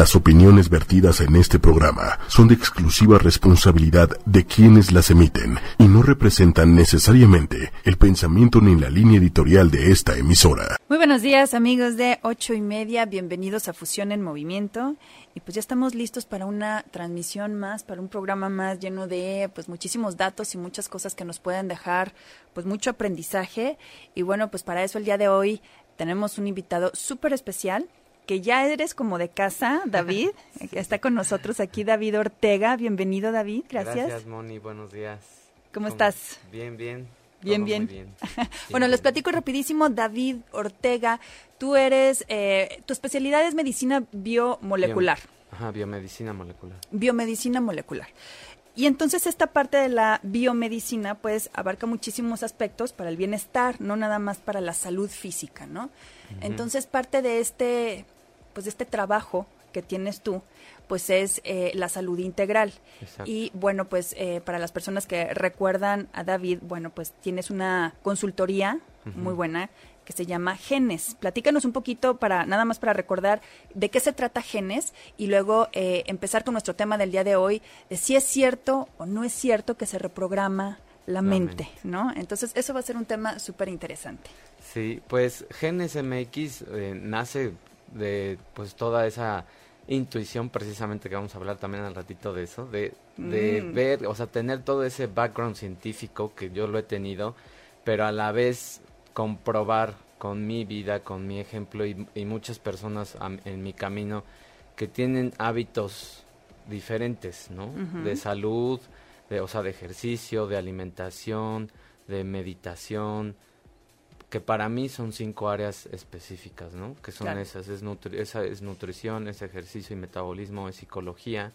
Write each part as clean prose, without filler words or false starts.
Las opiniones vertidas en este programa son de exclusiva responsabilidad de quienes las emiten y no representan necesariamente el pensamiento ni la línea editorial de esta emisora. Muy buenos días, amigos de 8:30, bienvenidos a Fusión en Movimiento. Y pues ya estamos listos para una transmisión más, para un programa más lleno de pues muchísimos datos y muchas cosas que nos pueden dejar pues mucho aprendizaje. Y bueno, pues para eso el día de hoy tenemos un invitado súper especial, que ya eres como de casa, David. Está con nosotros aquí David Ortega. Bienvenido, David. Gracias. Gracias, Moni. Buenos días. ¿Cómo estás? Bien. Bien. Bien. Bueno, les platico rapidísimo. David Ortega, tú eres, tu especialidad es medicina biomolecular. Biomedicina molecular. Biomedicina molecular. Y entonces esta parte de la biomedicina pues abarca muchísimos aspectos para el bienestar, no nada más para la salud física, ¿no? Uh-huh. Entonces parte de este trabajo que tienes tú, pues es la salud integral. Exacto. Y bueno, pues para las personas que recuerdan a David, bueno, pues tienes una consultoría muy buena que se llama Genes. Platícanos un poquito nada más para recordar de qué se trata Genes y luego empezar con nuestro tema del día de hoy, de si es cierto o no es cierto que se reprograma la mente, ¿no? Entonces eso va a ser un tema súper interesante. Sí, pues Genes MX nace de pues toda esa intuición precisamente que vamos a hablar también al ratito de eso, de ver, o sea, tener todo ese background científico que yo lo he tenido, pero a la vez comprobar con mi vida, con mi ejemplo y muchas personas en mi camino que tienen hábitos diferentes, ¿no? Uh-huh. De salud, de ejercicio, de alimentación, de meditación, que para mí son 5 áreas específicas, ¿no? Que son claro. Esa es nutrición, es ejercicio y metabolismo, es psicología,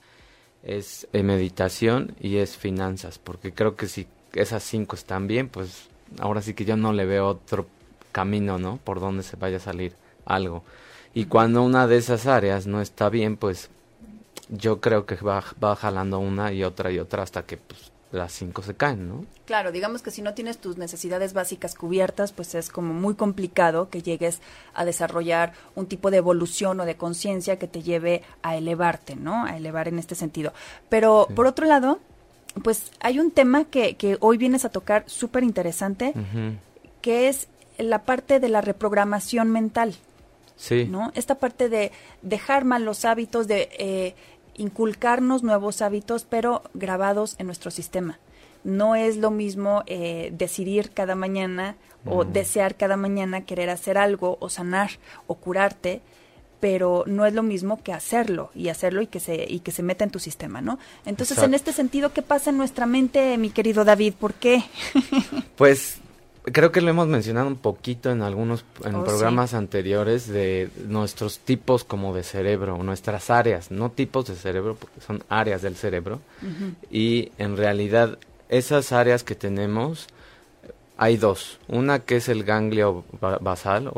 es meditación y es finanzas, porque creo que si esas 5 están bien, pues ahora sí que yo no le veo otro camino, ¿no? Por donde se vaya a salir algo. Y cuando una de esas áreas no está bien, pues yo creo que va jalando una y otra hasta que pues las 5 se caen, ¿no? Claro, digamos que si no tienes tus necesidades básicas cubiertas, pues es como muy complicado que llegues a desarrollar un tipo de evolución o de conciencia que te lleve a elevarte, ¿no? A elevar en este sentido. Pero sí. Por otro lado, pues hay un tema que hoy vienes a tocar súper interesante, uh-huh. que es la parte de la reprogramación mental. Sí. ¿No? Esta parte de dejar malos hábitos, de inculcarnos nuevos hábitos, pero grabados en nuestro sistema. No es lo mismo decidir cada mañana o desear cada mañana querer hacer algo o sanar o curarte, pero no es lo mismo que hacerlo y que se meta en tu sistema, ¿no? Entonces, exacto. En este sentido, ¿qué pasa en nuestra mente, mi querido David? ¿Por qué? Pues creo que lo hemos mencionado un poquito en programas anteriores de nuestros tipos como de cerebro, nuestras áreas, no tipos de cerebro, porque son áreas del cerebro. Uh-huh. Y en realidad esas áreas que tenemos, hay 2. Una que es el ganglio basal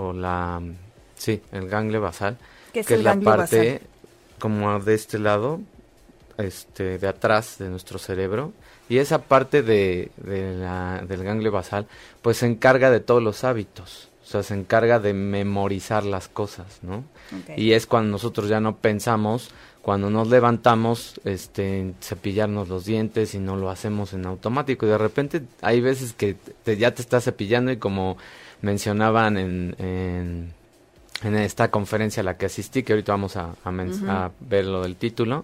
el ganglio basal, que es la parte basal? Como de este lado, de atrás de nuestro cerebro. Y esa parte del ganglio basal, pues se encarga de todos los hábitos, o sea, se encarga de memorizar las cosas, ¿no? Okay. Y es cuando nosotros ya no pensamos, cuando nos levantamos, cepillarnos los dientes y no lo hacemos en automático. Y de repente hay veces que ya te estás cepillando y como mencionaban en esta conferencia a la que asistí, que ahorita vamos a ver lo del título,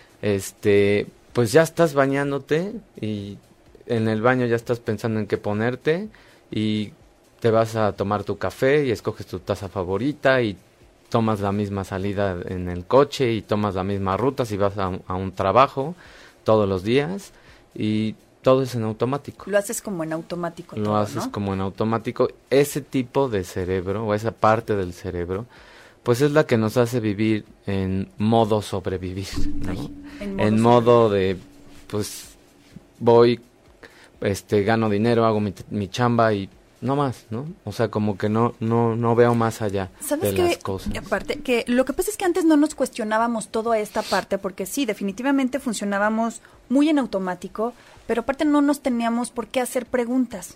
pues ya estás bañándote y en el baño ya estás pensando en qué ponerte y te vas a tomar tu café y escoges tu taza favorita y tomas la misma salida en el coche y tomas la misma ruta si vas a un trabajo todos los días y todo es en automático. Lo haces como en automático. Lo haces, ¿no? Como en automático. Ese tipo de cerebro o esa parte del cerebro pues es la que nos hace vivir en modo sobrevivir, ¿no? Ay, en modo de, pues, voy, gano dinero, hago mi chamba y no más, ¿no? O sea, como que no veo más allá de las cosas. Aparte, que lo que pasa es que antes no nos cuestionábamos toda esta parte, porque sí, definitivamente funcionábamos muy en automático, pero aparte no nos teníamos por qué hacer preguntas.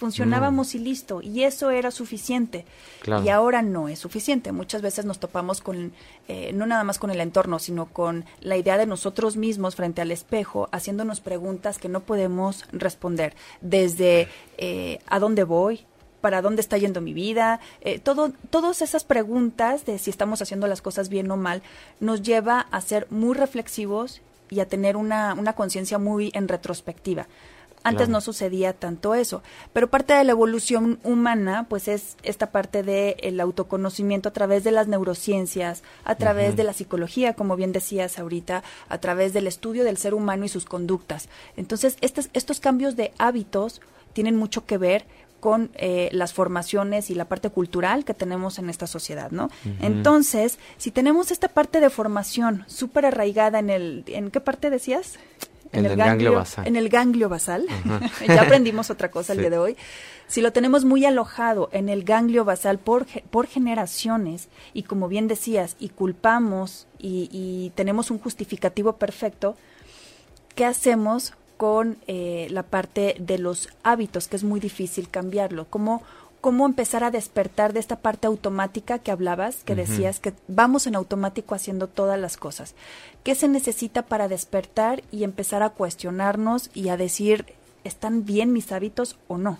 funcionábamos y listo, y eso era suficiente. Claro. Y ahora no es suficiente. Muchas veces nos topamos con, no nada más con el entorno, sino con la idea de nosotros mismos frente al espejo, haciéndonos preguntas que no podemos responder. Desde ¿a dónde voy? ¿Para dónde está yendo mi vida? Todas esas preguntas de si estamos haciendo las cosas bien o mal nos lleva a ser muy reflexivos y a tener una conciencia muy en retrospectiva. Antes no sucedía tanto eso, pero parte de la evolución humana pues es esta parte del autoconocimiento a través de las neurociencias, a través de la psicología, como bien decías ahorita, a través del estudio del ser humano y sus conductas. Entonces, estos cambios de hábitos tienen mucho que ver con las formaciones y la parte cultural que tenemos en esta sociedad, ¿no? Entonces, si tenemos esta parte de formación súper arraigada ¿en qué parte decías? En el ganglio basal. En el ganglio basal. Ya aprendimos otra cosa el día de hoy. Si lo tenemos muy alojado en el ganglio basal por generaciones, y como bien decías, y culpamos y tenemos un justificativo perfecto, ¿qué hacemos con la parte de los hábitos, que es muy difícil cambiarlo? ¿Cómo empezar a despertar de esta parte automática que hablabas, que decías que vamos en automático haciendo todas las cosas? ¿Qué se necesita para despertar y empezar a cuestionarnos y a decir, ¿están bien mis hábitos o no?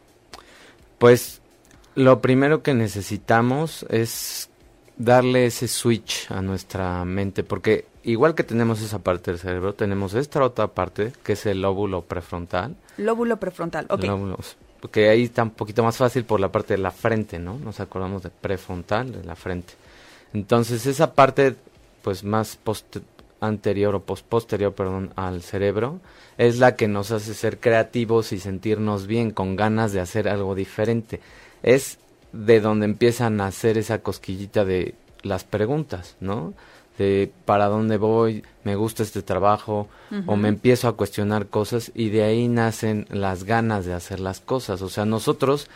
Pues lo primero que necesitamos es darle ese switch a nuestra mente, porque igual que tenemos esa parte del cerebro, tenemos esta otra parte, que es el lóbulo prefrontal. Lóbulo prefrontal, ok. Lóbulos, porque ahí está un poquito más fácil por la parte de la frente, ¿no? Nos acordamos de prefrontal, de la frente. Entonces, esa parte, pues, más anterior o posterior, al cerebro, es la que nos hace ser creativos y sentirnos bien, con ganas de hacer algo diferente. Es de donde empiezan a hacer esa cosquillita de las preguntas, ¿no? De para dónde voy, me gusta este trabajo, o me empiezo a cuestionar cosas, y de ahí nacen las ganas de hacer las cosas. O sea, nosotros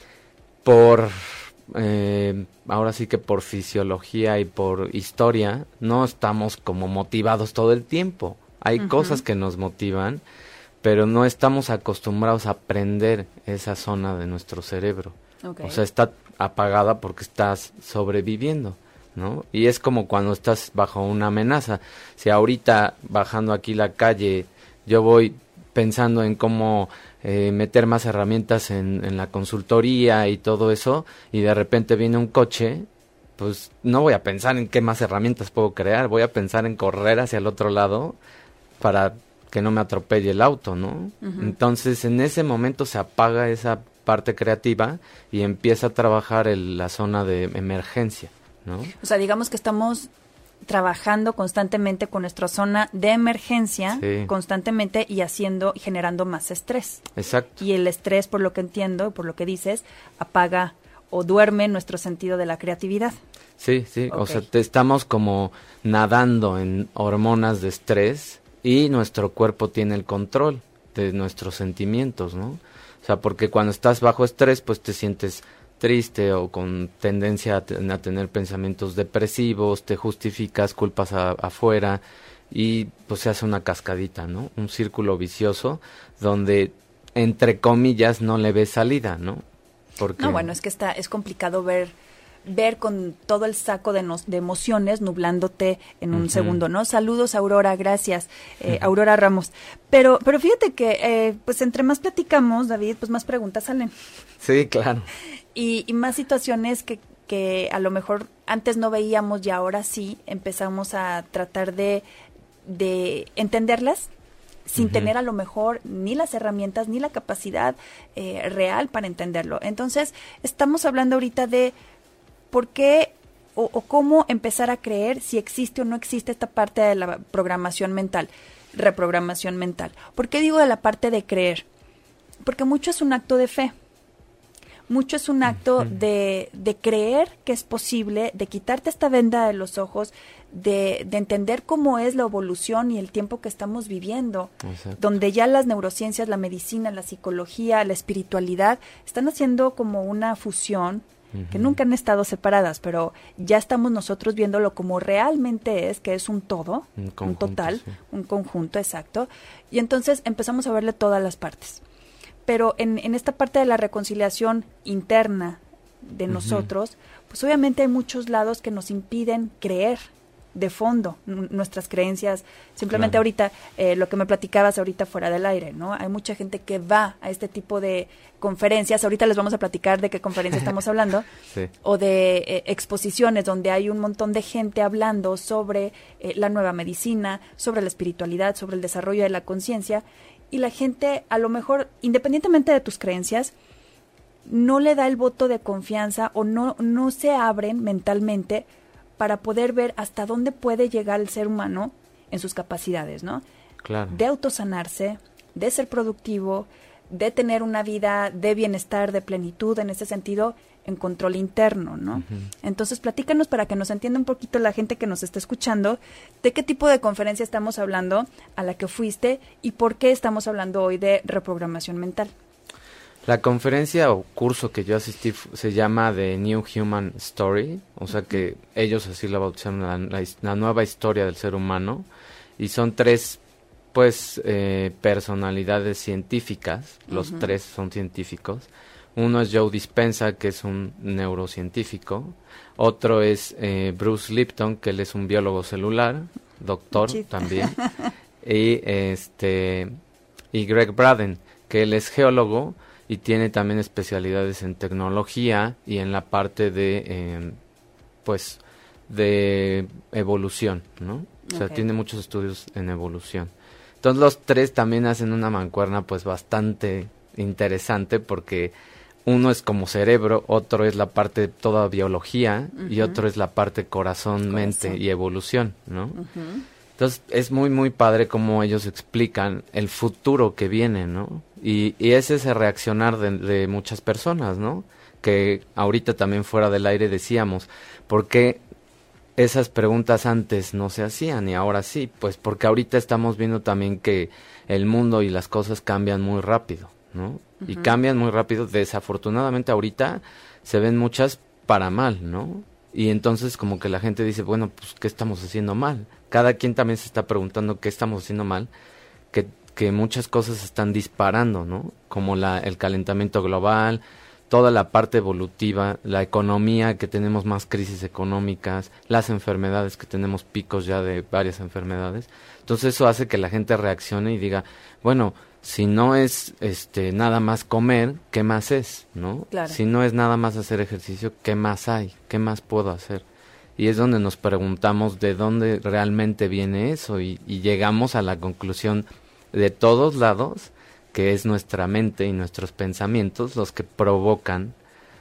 ahora sí que por fisiología y por historia, no estamos como motivados todo el tiempo. Hay cosas que nos motivan, pero no estamos acostumbrados a aprender esa zona de nuestro cerebro. Okay. O sea, está apagada porque estás sobreviviendo, ¿no? Y es como cuando estás bajo una amenaza. Si ahorita bajando aquí la calle yo voy pensando en cómo meter más herramientas en la consultoría y todo eso, y de repente viene un coche, pues no voy a pensar en qué más herramientas puedo crear, voy a pensar en correr hacia el otro lado para que no me atropelle el auto, ¿no? Entonces en ese momento se apaga esa parte creativa y empieza a trabajar la zona de emergencia, ¿no? O sea, digamos que estamos trabajando constantemente con nuestra zona de emergencia, constantemente, y generando más estrés. Exacto. Y el estrés, por lo que entiendo, por lo que dices, apaga o duerme nuestro sentido de la creatividad. Sí, sí, okay. O sea, estamos como nadando en hormonas de estrés y nuestro cuerpo tiene el control de nuestros sentimientos, ¿no? O sea, porque cuando estás bajo estrés, pues te sientes triste o con tendencia a tener pensamientos depresivos, te justificas, culpas afuera, y pues se hace una cascadita, ¿no? Un círculo vicioso donde, entre comillas, no le ves salida, ¿no? Porque... No, bueno, es que es complicado ver con todo el saco de emociones nublándote en un segundo, ¿no? Saludos, Aurora, gracias, Aurora Ramos. Pero fíjate que, pues entre más platicamos, David, pues más preguntas salen. Sí, claro. Y más situaciones que a lo mejor antes no veíamos y ahora sí empezamos a tratar de entenderlas sin tener a lo mejor ni las herramientas ni la capacidad real para entenderlo. Entonces, estamos hablando ahorita de por qué o cómo empezar a creer si existe o no existe esta parte de la programación mental, reprogramación mental. ¿Por qué digo de la parte de creer? Porque mucho es un acto de fe. Mucho es un acto de creer que es posible, de quitarte esta venda de los ojos, de entender cómo es la evolución y el tiempo que estamos viviendo. Exacto. Donde ya las neurociencias, la medicina, la psicología, la espiritualidad están haciendo como una fusión que nunca han estado separadas, pero ya estamos nosotros viéndolo como realmente es, que es un todo, un total, sí. Un conjunto, exacto. Y entonces empezamos a verle todas las partes. pero en esta parte de la reconciliación interna de nosotros, pues obviamente hay muchos lados que nos impiden creer de fondo nuestras creencias. Simplemente ahorita, lo que me platicabas ahorita fuera del aire, ¿no? Hay mucha gente que va a este tipo de conferencias, ahorita les vamos a platicar de qué conferencia estamos hablando, sí. O de exposiciones donde hay un montón de gente hablando sobre la nueva medicina, sobre la espiritualidad, sobre el desarrollo de la conciencia, y la gente, a lo mejor, independientemente de tus creencias, no le da el voto de confianza o no se abren mentalmente para poder ver hasta dónde puede llegar el ser humano en sus capacidades, ¿no? Claro. De autosanarse, de ser productivo, de tener una vida de bienestar, de plenitud, en ese sentido, en control interno, ¿no? Uh-huh. Entonces, platícanos para que nos entienda un poquito la gente que nos está escuchando, de qué tipo de conferencia estamos hablando, a la que fuiste, y por qué estamos hablando hoy de reprogramación mental. La conferencia o curso que yo asistí se llama The New Human Story, o sea que ellos así la bautizaron, la nueva historia del ser humano, y son 3 personalidades científicas, los 3 son científicos. Uno es Joe Dispenza, que es un neurocientífico, otro es Bruce Lipton, que él es un biólogo celular, doctor también, y Greg Braden, que él es geólogo, y tiene también especialidades en tecnología y en la parte de de evolución, ¿no? O sea, tiene muchos estudios en evolución. Entonces los 3 también hacen una mancuerna pues bastante interesante, porque uno es como cerebro, otro es la parte de toda biología, y otro es la parte corazón, mente y evolución, ¿no? Entonces es muy muy padre cómo ellos explican el futuro que viene, ¿no? Y es ese reaccionar de muchas personas, ¿no? Que ahorita también fuera del aire decíamos, ¿por qué esas preguntas antes no se hacían y ahora sí? Pues porque ahorita estamos viendo también que el mundo y las cosas cambian muy rápido, ¿no? Y cambian muy rápido. Desafortunadamente ahorita se ven muchas para mal, ¿no? Y entonces como que la gente dice, bueno, pues ¿qué estamos haciendo mal? Cada quien también se está preguntando qué estamos haciendo mal, que muchas cosas están disparando, ¿no? Como el calentamiento global, toda la parte evolutiva, la economía, que tenemos más crisis económicas, las enfermedades, que tenemos picos ya de varias enfermedades. Entonces eso hace que la gente reaccione y diga, bueno, si no es nada más comer, ¿qué más es, no? Claro. Si no es nada más hacer ejercicio, ¿qué más hay? ¿Qué más puedo hacer? Y es donde nos preguntamos de dónde realmente viene eso, y llegamos a la conclusión de todos lados que es nuestra mente y nuestros pensamientos los que provocan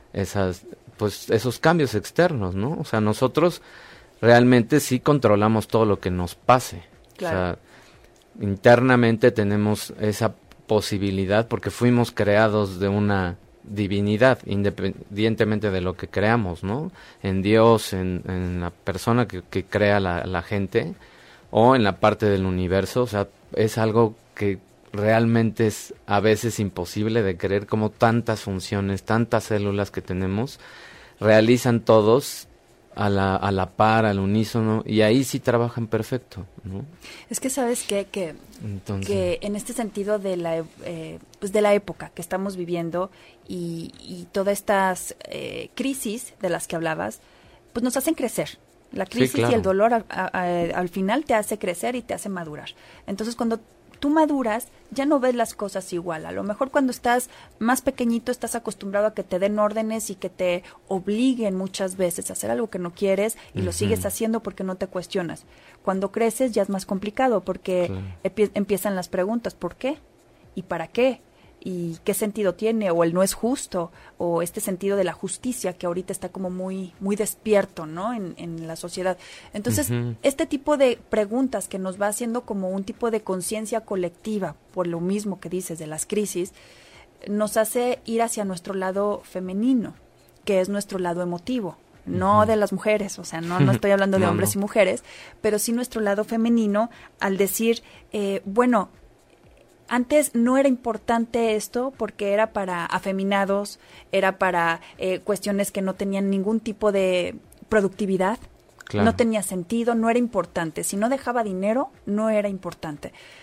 esos cambios externos, ¿no? O sea, nosotros realmente sí controlamos todo lo que nos pase. Claro. O sea, internamente tenemos esa posibilidad porque fuimos creados de una divinidad, independientemente de lo que creamos, ¿no? En Dios, en la persona que crea la gente, o en la parte del universo. O sea, es algo que realmente es a veces imposible de creer, como tantas funciones, tantas células que tenemos, realizan todos a la par, al unísono, y ahí sí trabajan perfecto, ¿no? Es que sabes que en este sentido de la época que estamos viviendo y todas estas crisis de las que hablabas, pues nos hacen crecer. La crisis, sí, claro, y el dolor al final te hace crecer y te hace madurar. Entonces, cuando tú maduras, ya no ves las cosas igual. A lo mejor cuando estás más pequeñito estás acostumbrado a que te den órdenes y que te obliguen muchas veces a hacer algo que no quieres y lo sigues haciendo porque no te cuestionas. Cuando creces ya es más complicado porque empiezan las preguntas, ¿por qué? ¿Y para qué? ¿Y qué sentido tiene? O el no es justo, o este sentido de la justicia que ahorita está como muy muy despierto, ¿no? En la sociedad. Entonces, este tipo de preguntas que nos va haciendo como un tipo de conciencia colectiva, por lo mismo que dices de las crisis, nos hace ir hacia nuestro lado femenino, que es nuestro lado emotivo. No de las mujeres, o sea, no estoy hablando de hombres y mujeres, pero sí nuestro lado femenino al decir, bueno, antes no era importante esto porque era para afeminados, era para cuestiones que no tenían ningún tipo de productividad, no tenía sentido, no era importante. Si no dejaba dinero, no era importante.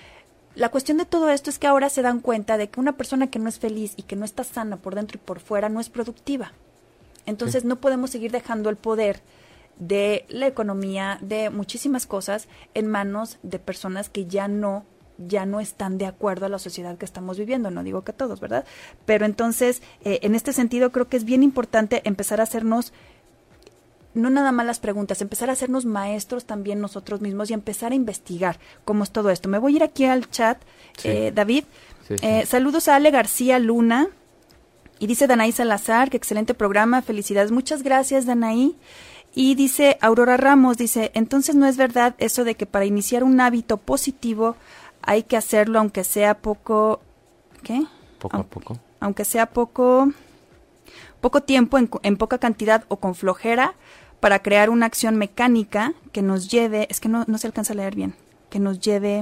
la cuestión de todo esto es que ahora se dan cuenta de que una persona que no es feliz y que no está sana por dentro y por fuera no es productiva. Entonces no podemos seguir dejando el poder de la economía, de muchísimas cosas en manos de personas que ya no están de acuerdo a la sociedad que estamos viviendo. No digo que todos, ¿verdad? Pero entonces, en este sentido, creo que es bien importante empezar a hacernos, no nada más las preguntas, empezar a hacernos maestros también nosotros mismos y empezar a investigar cómo es todo esto. Me voy a ir aquí al chat, David. Sí. Saludos a Ale García Luna. Y dice Danaí Salazar, que excelente programa, felicidades. Muchas gracias, Danaí. Y dice Aurora Ramos, dice, entonces no es verdad eso de que para iniciar un hábito positivo hay que hacerlo aunque sea poco, ¿qué? Poco a poco. Aunque sea poco tiempo, en poca cantidad o con flojera, para crear una acción mecánica que nos lleve, es que no se alcanza a leer bien, que nos lleve,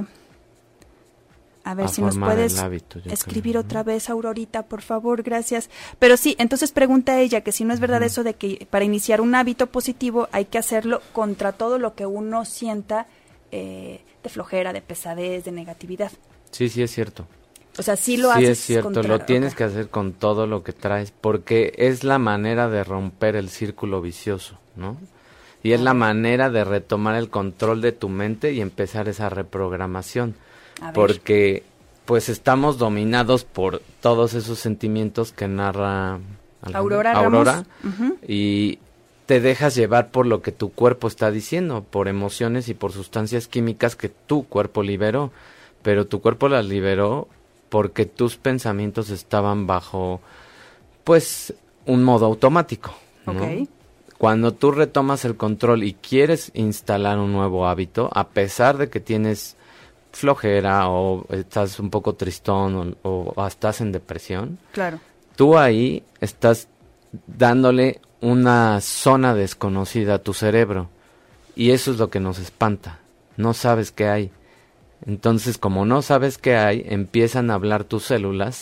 a ver si nos puedes escribir otra vez, Aurorita, por favor, gracias. Pero sí, entonces pregunta ella que si no es verdad eso de que para iniciar un hábito positivo hay que hacerlo contra todo lo que uno sienta de flojera, de pesadez, de negatividad. Sí, sí es cierto. O sea, sí lo haces. Sí es cierto, lo tienes que hacer con todo lo que traes, porque es la manera de romper el círculo vicioso, ¿no? Y es la manera de retomar el control de tu mente y empezar esa reprogramación. Porque pues estamos dominados por todos esos sentimientos que narra Aurora y te dejas llevar por lo que tu cuerpo está diciendo, por emociones y por sustancias químicas que tu cuerpo liberó, pero tu cuerpo las liberó porque tus pensamientos estaban bajo pues un modo automático, ¿no? Okay. Cuando tú retomas el control y quieres instalar un nuevo hábito, a pesar de que tienes flojera o estás un poco tristón o estás en depresión, claro, tú ahí estás dándole una zona desconocida a tu cerebro y eso es lo que nos espanta, no sabes qué hay. Entonces, como no sabes qué hay, empiezan a hablar tus células.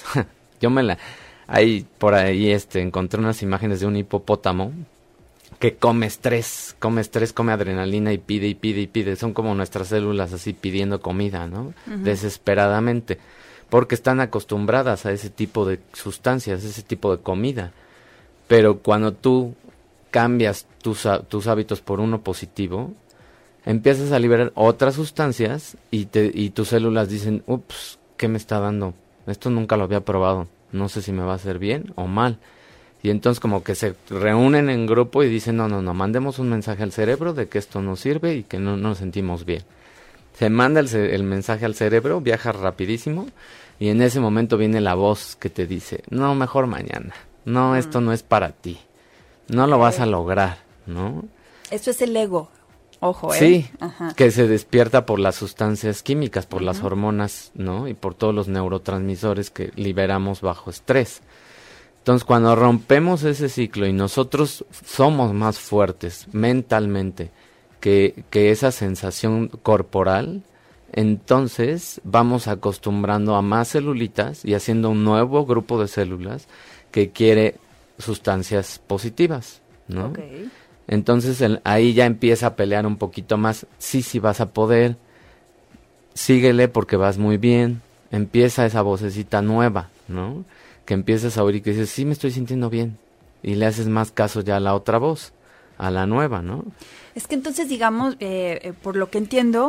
Por ahí encontré unas imágenes de un hipopótamo que come estrés, come adrenalina y pide. Son como nuestras células así pidiendo comida, ¿no? Uh-huh. Desesperadamente, porque están acostumbradas a ese tipo de sustancias, ese tipo de comida. Pero cuando tú cambias tus hábitos por uno positivo, empiezas a liberar otras sustancias y tus células dicen, ups, ¿qué me está dando? Esto nunca lo había probado, no sé si me va a hacer bien o mal. Y entonces como que se reúnen en grupo y dicen, no, mandemos un mensaje al cerebro de que esto no sirve y que no nos sentimos bien. Se manda el mensaje al cerebro, viaja rapidísimo y en ese momento viene la voz que te dice, no, mejor mañana, no, esto no es para ti, no lo vas a lograr, ¿no? Eso es el ego, ojo, Sí, que se despierta por las sustancias químicas, por las hormonas, ¿no? Y por todos los neurotransmisores que liberamos bajo estrés. Entonces, cuando rompemos ese ciclo y nosotros somos más fuertes mentalmente que esa sensación corporal, entonces vamos acostumbrando a más celulitas y haciendo un nuevo grupo de células que quiere sustancias positivas, ¿no? Okay. Entonces, ahí ya empieza a pelear un poquito más. Sí vas a poder, síguele porque vas muy bien. Empieza esa vocecita nueva, ¿no? Que empiezas a oír y que dices, sí, me estoy sintiendo bien. Y le haces más caso ya a la otra voz, a la nueva, ¿no? Es que entonces, digamos, por lo que entiendo,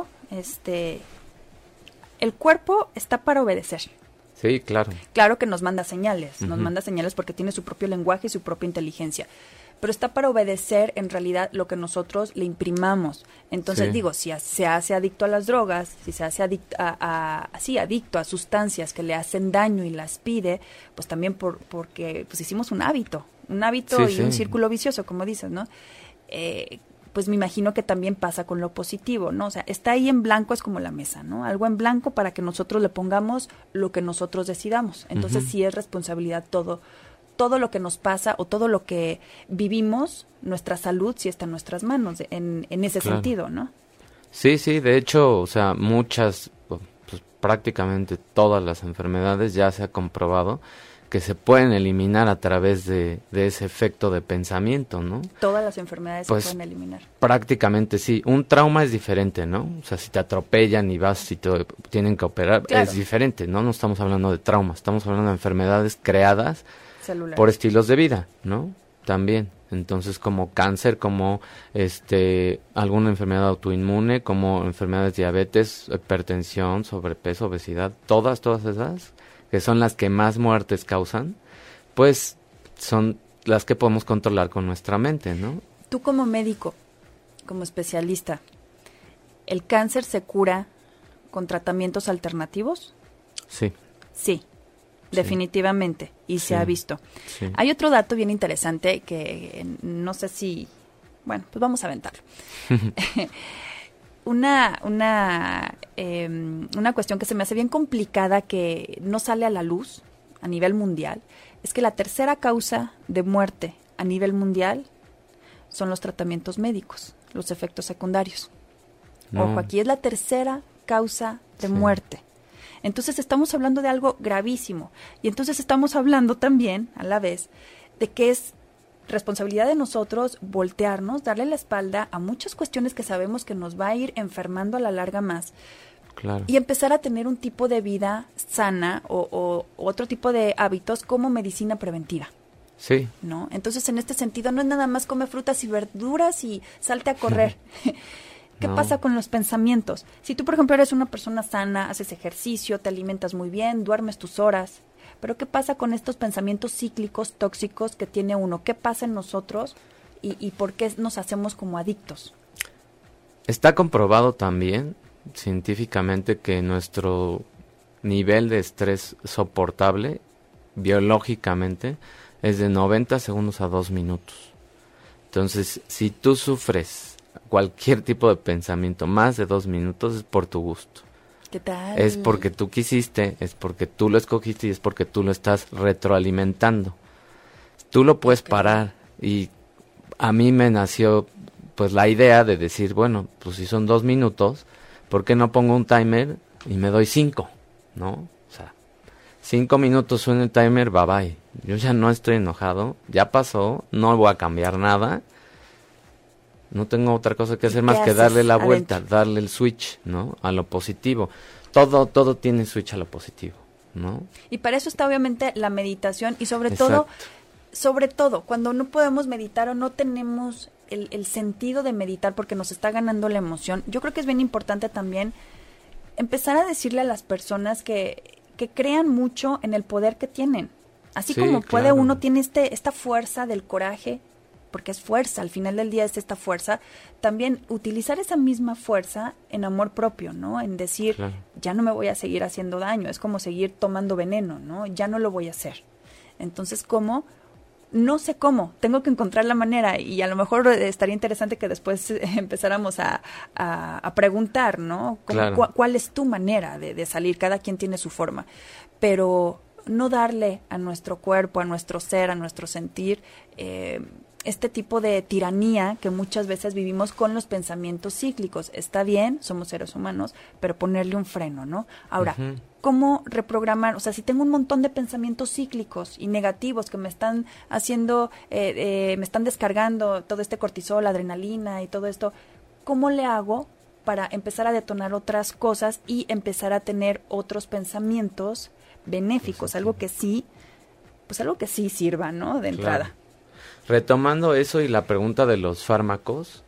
el cuerpo está para obedecer. Sí, claro. Claro que nos manda señales, porque tiene su propio lenguaje y su propia inteligencia. Pero está para obedecer en realidad lo que nosotros le imprimamos. Entonces digo, si se hace adicto a las drogas, si se hace adicto a sustancias que le hacen daño y las pide, pues también porque pues hicimos un hábito y un círculo vicioso, como dices, ¿no? Pues me imagino que también pasa con lo positivo, ¿no? O sea, está ahí en blanco, es como la mesa, ¿no? Algo en blanco para que nosotros le pongamos lo que nosotros decidamos. Entonces sí es responsabilidad todo lo que nos pasa o todo lo que vivimos, nuestra salud sí está en nuestras manos, en ese sentido, ¿no? Sí, de hecho, o sea, muchas, pues prácticamente todas las enfermedades ya se ha comprobado que se pueden eliminar a través de ese efecto de pensamiento, ¿no? Todas las enfermedades pues, se pueden eliminar. Prácticamente sí. Un trauma es diferente, ¿no? O sea, si te atropellan y vas y te tienen que operar, claro, es diferente, ¿no? No estamos hablando de traumas, estamos hablando de enfermedades creadas por estilos de vida, ¿no? También. Entonces, como cáncer, como alguna enfermedad autoinmune, como enfermedades de diabetes, hipertensión, sobrepeso, obesidad, todas esas, que son las que más muertes causan, pues son las que podemos controlar con nuestra mente, ¿no? Tú como médico, como especialista, ¿el cáncer se cura con tratamientos alternativos? Sí. Sí, definitivamente, y se ha visto. Sí. Hay otro dato bien interesante que no sé si... Bueno, pues vamos a aventarlo. Una cuestión que se me hace bien complicada, que no sale a la luz a nivel mundial, es que la tercera causa de muerte a nivel mundial son los tratamientos médicos, los efectos secundarios. No. Ojo, aquí es la tercera causa de muerte. Entonces estamos hablando de algo gravísimo. Y entonces estamos hablando también, a la vez, de que es responsabilidad de nosotros voltearnos, darle la espalda a muchas cuestiones que sabemos que nos va a ir enfermando a la larga más. Claro. Y empezar a tener un tipo de vida sana o otro tipo de hábitos como medicina preventiva. Sí. ¿No? Entonces, en este sentido, no es nada más come frutas y verduras y salte a correr. ¿Qué pasa con los pensamientos? Si tú, por ejemplo, eres una persona sana, haces ejercicio, te alimentas muy bien, duermes tus horas, pero ¿qué pasa con estos pensamientos cíclicos, tóxicos que tiene uno? ¿Qué pasa en nosotros y por qué nos hacemos como adictos? Está comprobado también científicamente que nuestro nivel de estrés soportable biológicamente es de 90 segundos a 2 minutos. Entonces, si tú sufres cualquier tipo de pensamiento más de 2 minutos, es por tu gusto. ¿Qué tal? Es porque tú quisiste, es porque tú lo escogiste y es porque tú lo estás retroalimentando. Tú lo puedes parar, y a mí me nació pues la idea de decir, bueno, pues si son 2 minutos, ¿por qué no pongo un timer y me doy 5? ¿No? O sea, 5 minutos suena el timer, bye bye. Yo ya no estoy enojado, ya pasó, no voy a cambiar nada. No tengo otra cosa que hacer más que darle la vuelta, darle el switch, ¿no? A lo positivo. Todo tiene switch a lo positivo, ¿no? Y para eso está obviamente la meditación y sobre todo, cuando no podemos meditar o no tenemos el sentido de meditar porque nos está ganando la emoción, yo creo que es bien importante también empezar a decirle a las personas que crean mucho en el poder que tienen. Así como puede uno, tiene esta fuerza del coraje, porque es fuerza, al final del día es esta fuerza, también utilizar esa misma fuerza en amor propio, ¿no? En decir, ya no me voy a seguir haciendo daño, es como seguir tomando veneno, ¿no? Ya no lo voy a hacer. Entonces, ¿cómo? No sé cómo, tengo que encontrar la manera, y a lo mejor estaría interesante que después empezáramos a preguntar, ¿no? ¿Cuál es tu manera de salir? Cada quien tiene su forma, pero no darle a nuestro cuerpo, a nuestro ser, a nuestro sentir, este tipo de tiranía que muchas veces vivimos con los pensamientos cíclicos. Está bien, somos seres humanos, pero ponerle un freno, ¿no? Ahora, ¿cómo reprogramar? O sea, si tengo un montón de pensamientos cíclicos y negativos que me están haciendo, me están descargando todo este cortisol, adrenalina y todo esto, ¿cómo le hago para empezar a detonar otras cosas y empezar a tener otros pensamientos benéficos? Algo que sí sirva, ¿no? De entrada. Retomando eso y la pregunta de los fármacos,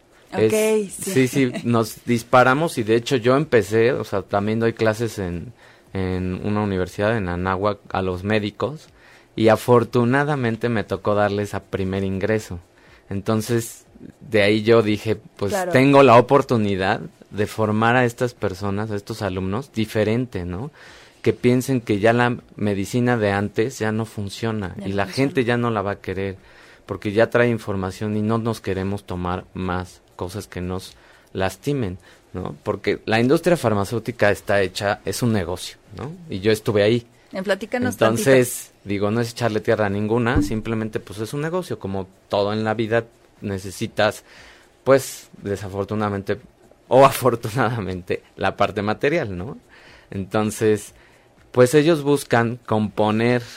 sí, nos disparamos, y de hecho yo empecé, o sea, también doy clases en una universidad en Anáhuac a los médicos, y afortunadamente me tocó darles a primer ingreso. Entonces, de ahí yo dije, pues tengo la oportunidad de formar a estas personas, a estos alumnos, diferente, ¿no? Que piensen que ya la medicina de antes ya no funciona, y la gente ya no la va a querer, porque ya trae información y no nos queremos tomar más cosas que nos lastimen, ¿no? Porque la industria farmacéutica está hecha, es un negocio, ¿no? Y yo estuve ahí. Platícanos Entonces, digo, no es echarle tierra a ninguna, simplemente pues es un negocio, como todo en la vida necesitas, pues, desafortunadamente o afortunadamente, la parte material, ¿no? Entonces, pues ellos buscan componer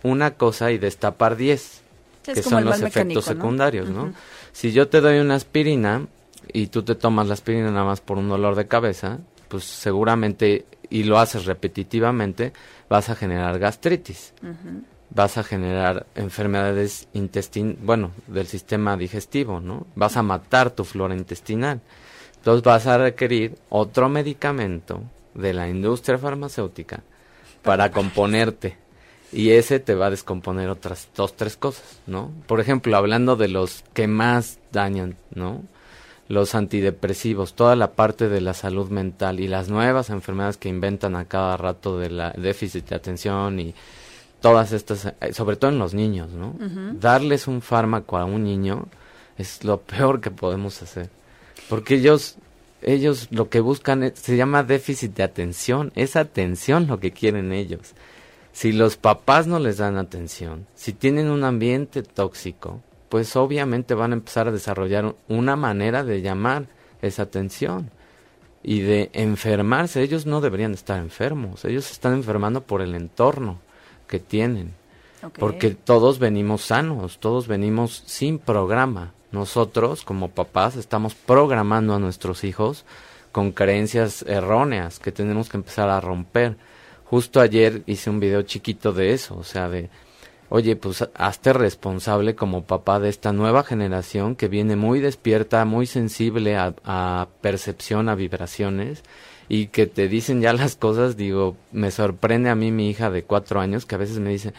una cosa y destapar 10, que son los efectos secundarios, ¿no? Uh-huh. Si yo te doy una aspirina y tú te tomas la aspirina nada más por un dolor de cabeza, pues seguramente, y lo haces repetitivamente, vas a generar gastritis. Uh-huh. Vas a generar enfermedades del sistema digestivo, ¿no? Vas a matar tu flora intestinal. Entonces vas a requerir otro medicamento de la industria farmacéutica para componerte. Y ese te va a descomponer otras 2-3 cosas, ¿no? Por ejemplo, hablando de los que más dañan, ¿no? Los antidepresivos, toda la parte de la salud mental y las nuevas enfermedades que inventan a cada rato de la déficit de atención y todas estas, sobre todo en los niños, ¿no? Uh-huh. Darles un fármaco a un niño es lo peor que podemos hacer. Porque ellos lo que buscan se llama déficit de atención. Es atención lo que quieren ellos. Si los papás no les dan atención, si tienen un ambiente tóxico, pues obviamente van a empezar a desarrollar una manera de llamar esa atención y de enfermarse. Ellos no deberían estar enfermos. Ellos se están enfermando por el entorno que tienen, okay. Porque todos venimos sanos, todos venimos sin programa. Nosotros como papás estamos programando a nuestros hijos con creencias erróneas que tenemos que empezar a romper. Justo ayer hice un video chiquito de eso, o sea, de, oye, pues hazte responsable como papá de esta nueva generación que viene muy despierta, muy sensible a percepción, a vibraciones, y que te dicen ya las cosas. Digo, me sorprende a mí mi hija de 4 años que a veces me dice,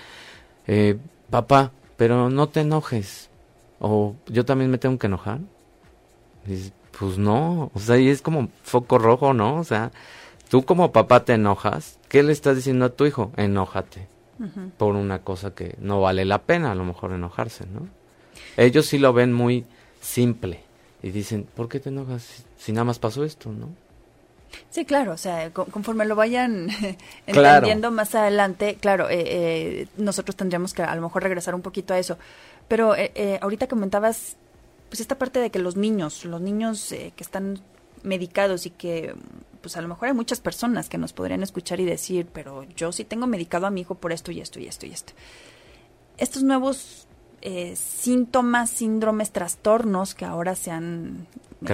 papá, pero no te enojes, o yo también me tengo que enojar. Y dices, pues no, o sea, y es como foco rojo, ¿no? O sea, tú como papá te enojas, ¿qué le estás diciendo a tu hijo? Enójate, uh-huh, por una cosa que no vale la pena a lo mejor enojarse, ¿no? Ellos sí lo ven muy simple y dicen, ¿por qué te enojas si nada más pasó esto, no? Sí, claro, o sea, conforme lo vayan entendiendo más adelante, claro, nosotros tendríamos que a lo mejor regresar un poquito a eso. Pero ahorita comentabas, pues esta parte de que los niños que están medicados y que, pues a lo mejor hay muchas personas que nos podrían escuchar y decir, pero yo sí tengo medicado a mi hijo por esto y esto y esto y esto. Estos nuevos síntomas, síndromes, trastornos que ahora se han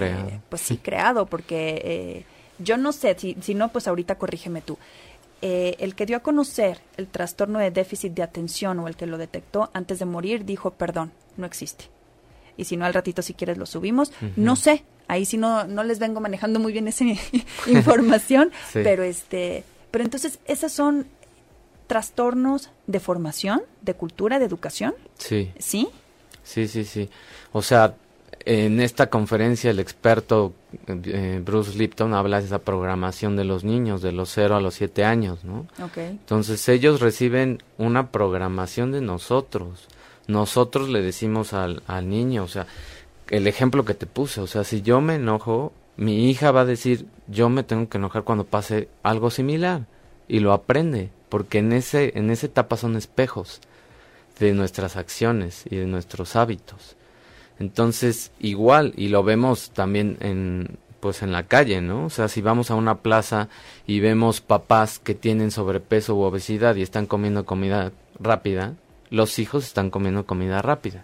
creado, porque yo no sé, si no, pues ahorita corrígeme tú. El que dio a conocer el trastorno de déficit de atención o el que lo detectó antes de morir dijo, perdón, no existe. Y si no, al ratito si quieres lo subimos. Uh-huh. No sé, ahí sí no les vengo manejando muy bien esa información, sí. pero entonces, ¿esas son trastornos de formación, de cultura, de educación? Sí. ¿Sí? Sí. O sea, en esta conferencia el experto Bruce Lipton habla de esa programación de los niños de los 0 a los 7 años, ¿no? Okay. Entonces ellos reciben una programación de nosotros. Nosotros le decimos al niño, o sea, el ejemplo que te puse, o sea, si yo me enojo, mi hija va a decir, yo me tengo que enojar cuando pase algo similar, y lo aprende, porque en esa etapa son espejos de nuestras acciones y de nuestros hábitos. Entonces, igual, y lo vemos también en la calle, ¿no? O sea, si vamos a una plaza y vemos papás que tienen sobrepeso u obesidad y están comiendo comida rápida, los hijos están comiendo comida rápida.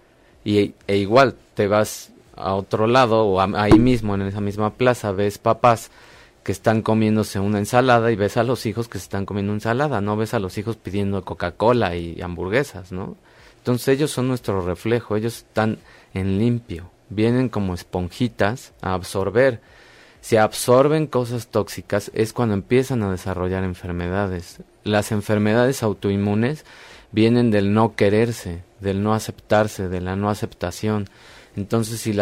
E igual, te vas a otro lado o ahí mismo, en esa misma plaza, ves papás que están comiéndose una ensalada y ves a los hijos que se están comiendo ensalada, no ves a los hijos pidiendo Coca-Cola y hamburguesas, ¿no? Entonces ellos son nuestro reflejo, ellos están en limpio, vienen como esponjitas a absorber. Si absorben cosas tóxicas es cuando empiezan a desarrollar enfermedades. Las enfermedades autoinmunes vienen del no quererse, del no aceptarse, de la no aceptación. Entonces si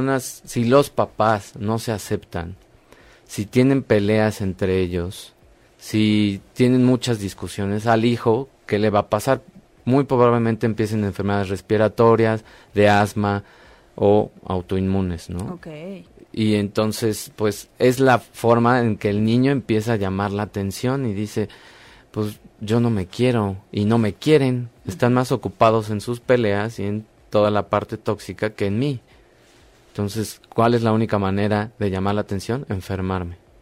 los papás no se aceptan, si tienen peleas entre ellos, si tienen muchas discusiones al hijo, ¿qué le va a pasar? Muy probablemente empiecen enfermedades respiratorias, de asma o autoinmunes, ¿no? Okay. Y entonces, pues, es la forma en que el niño empieza a llamar la atención y dice, pues, yo no me quiero y no me quieren. Están más ocupados en sus peleas y en toda la parte tóxica que en mí. Entonces, ¿cuál es la única manera de llamar la atención? Enfermarme.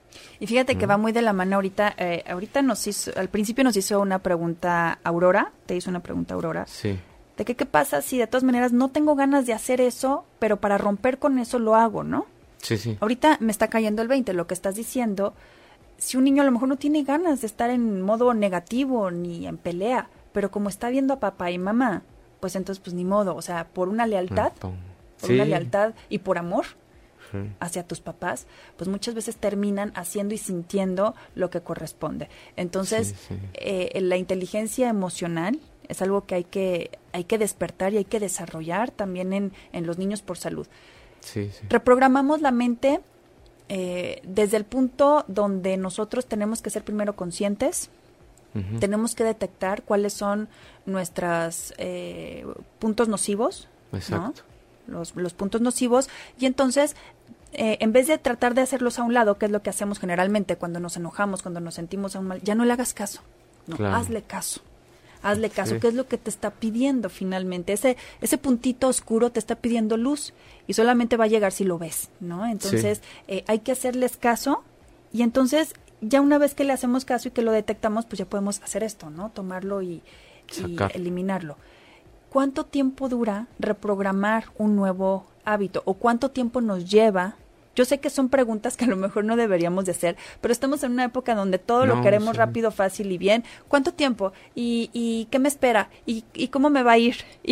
Y fíjate que va muy de la mano ahorita. Al principio nos hizo una pregunta Aurora, te hizo una pregunta Aurora. Sí. De que qué pasa si de todas maneras no tengo ganas de hacer eso, pero para romper con eso lo hago, ¿no? Sí, sí. Ahorita me está cayendo el 20, lo que estás diciendo. Si un niño a lo mejor no tiene ganas de estar en modo negativo ni en pelea, pero como está viendo a papá y mamá, pues entonces pues ni modo, o sea, por una lealtad, una lealtad y por amor hacia tus papás, pues muchas veces terminan haciendo y sintiendo lo que corresponde. Entonces, la inteligencia emocional es algo que hay que despertar y hay que desarrollar también en los niños por salud. Sí, sí. Reprogramamos la mente desde el punto donde nosotros tenemos que ser primero conscientes, tenemos que detectar cuáles son nuestros puntos nocivos, exacto, ¿no? Los puntos nocivos, y entonces en vez de tratar de hacerlos a un lado, que es lo que hacemos generalmente cuando nos enojamos, cuando nos sentimos a un mal, ya no le hagas caso, no, claro. Hazle caso, ¿qué es lo que te está pidiendo finalmente? Ese puntito oscuro te está pidiendo luz y solamente va a llegar si lo ves, ¿no? Entonces hay que hacerles caso y entonces ya una vez que le hacemos caso y que lo detectamos, pues ya podemos hacer esto, ¿no? Tomarlo y eliminarlo. ¿Cuánto tiempo dura reprogramar un nuevo hábito o cuánto tiempo nos lleva? Yo sé que son preguntas que a lo mejor no deberíamos de hacer, pero estamos en una época donde todo lo queremos rápido, fácil y bien. ¿Cuánto tiempo? ¿Y qué me espera? ¿Y cómo me va a ir?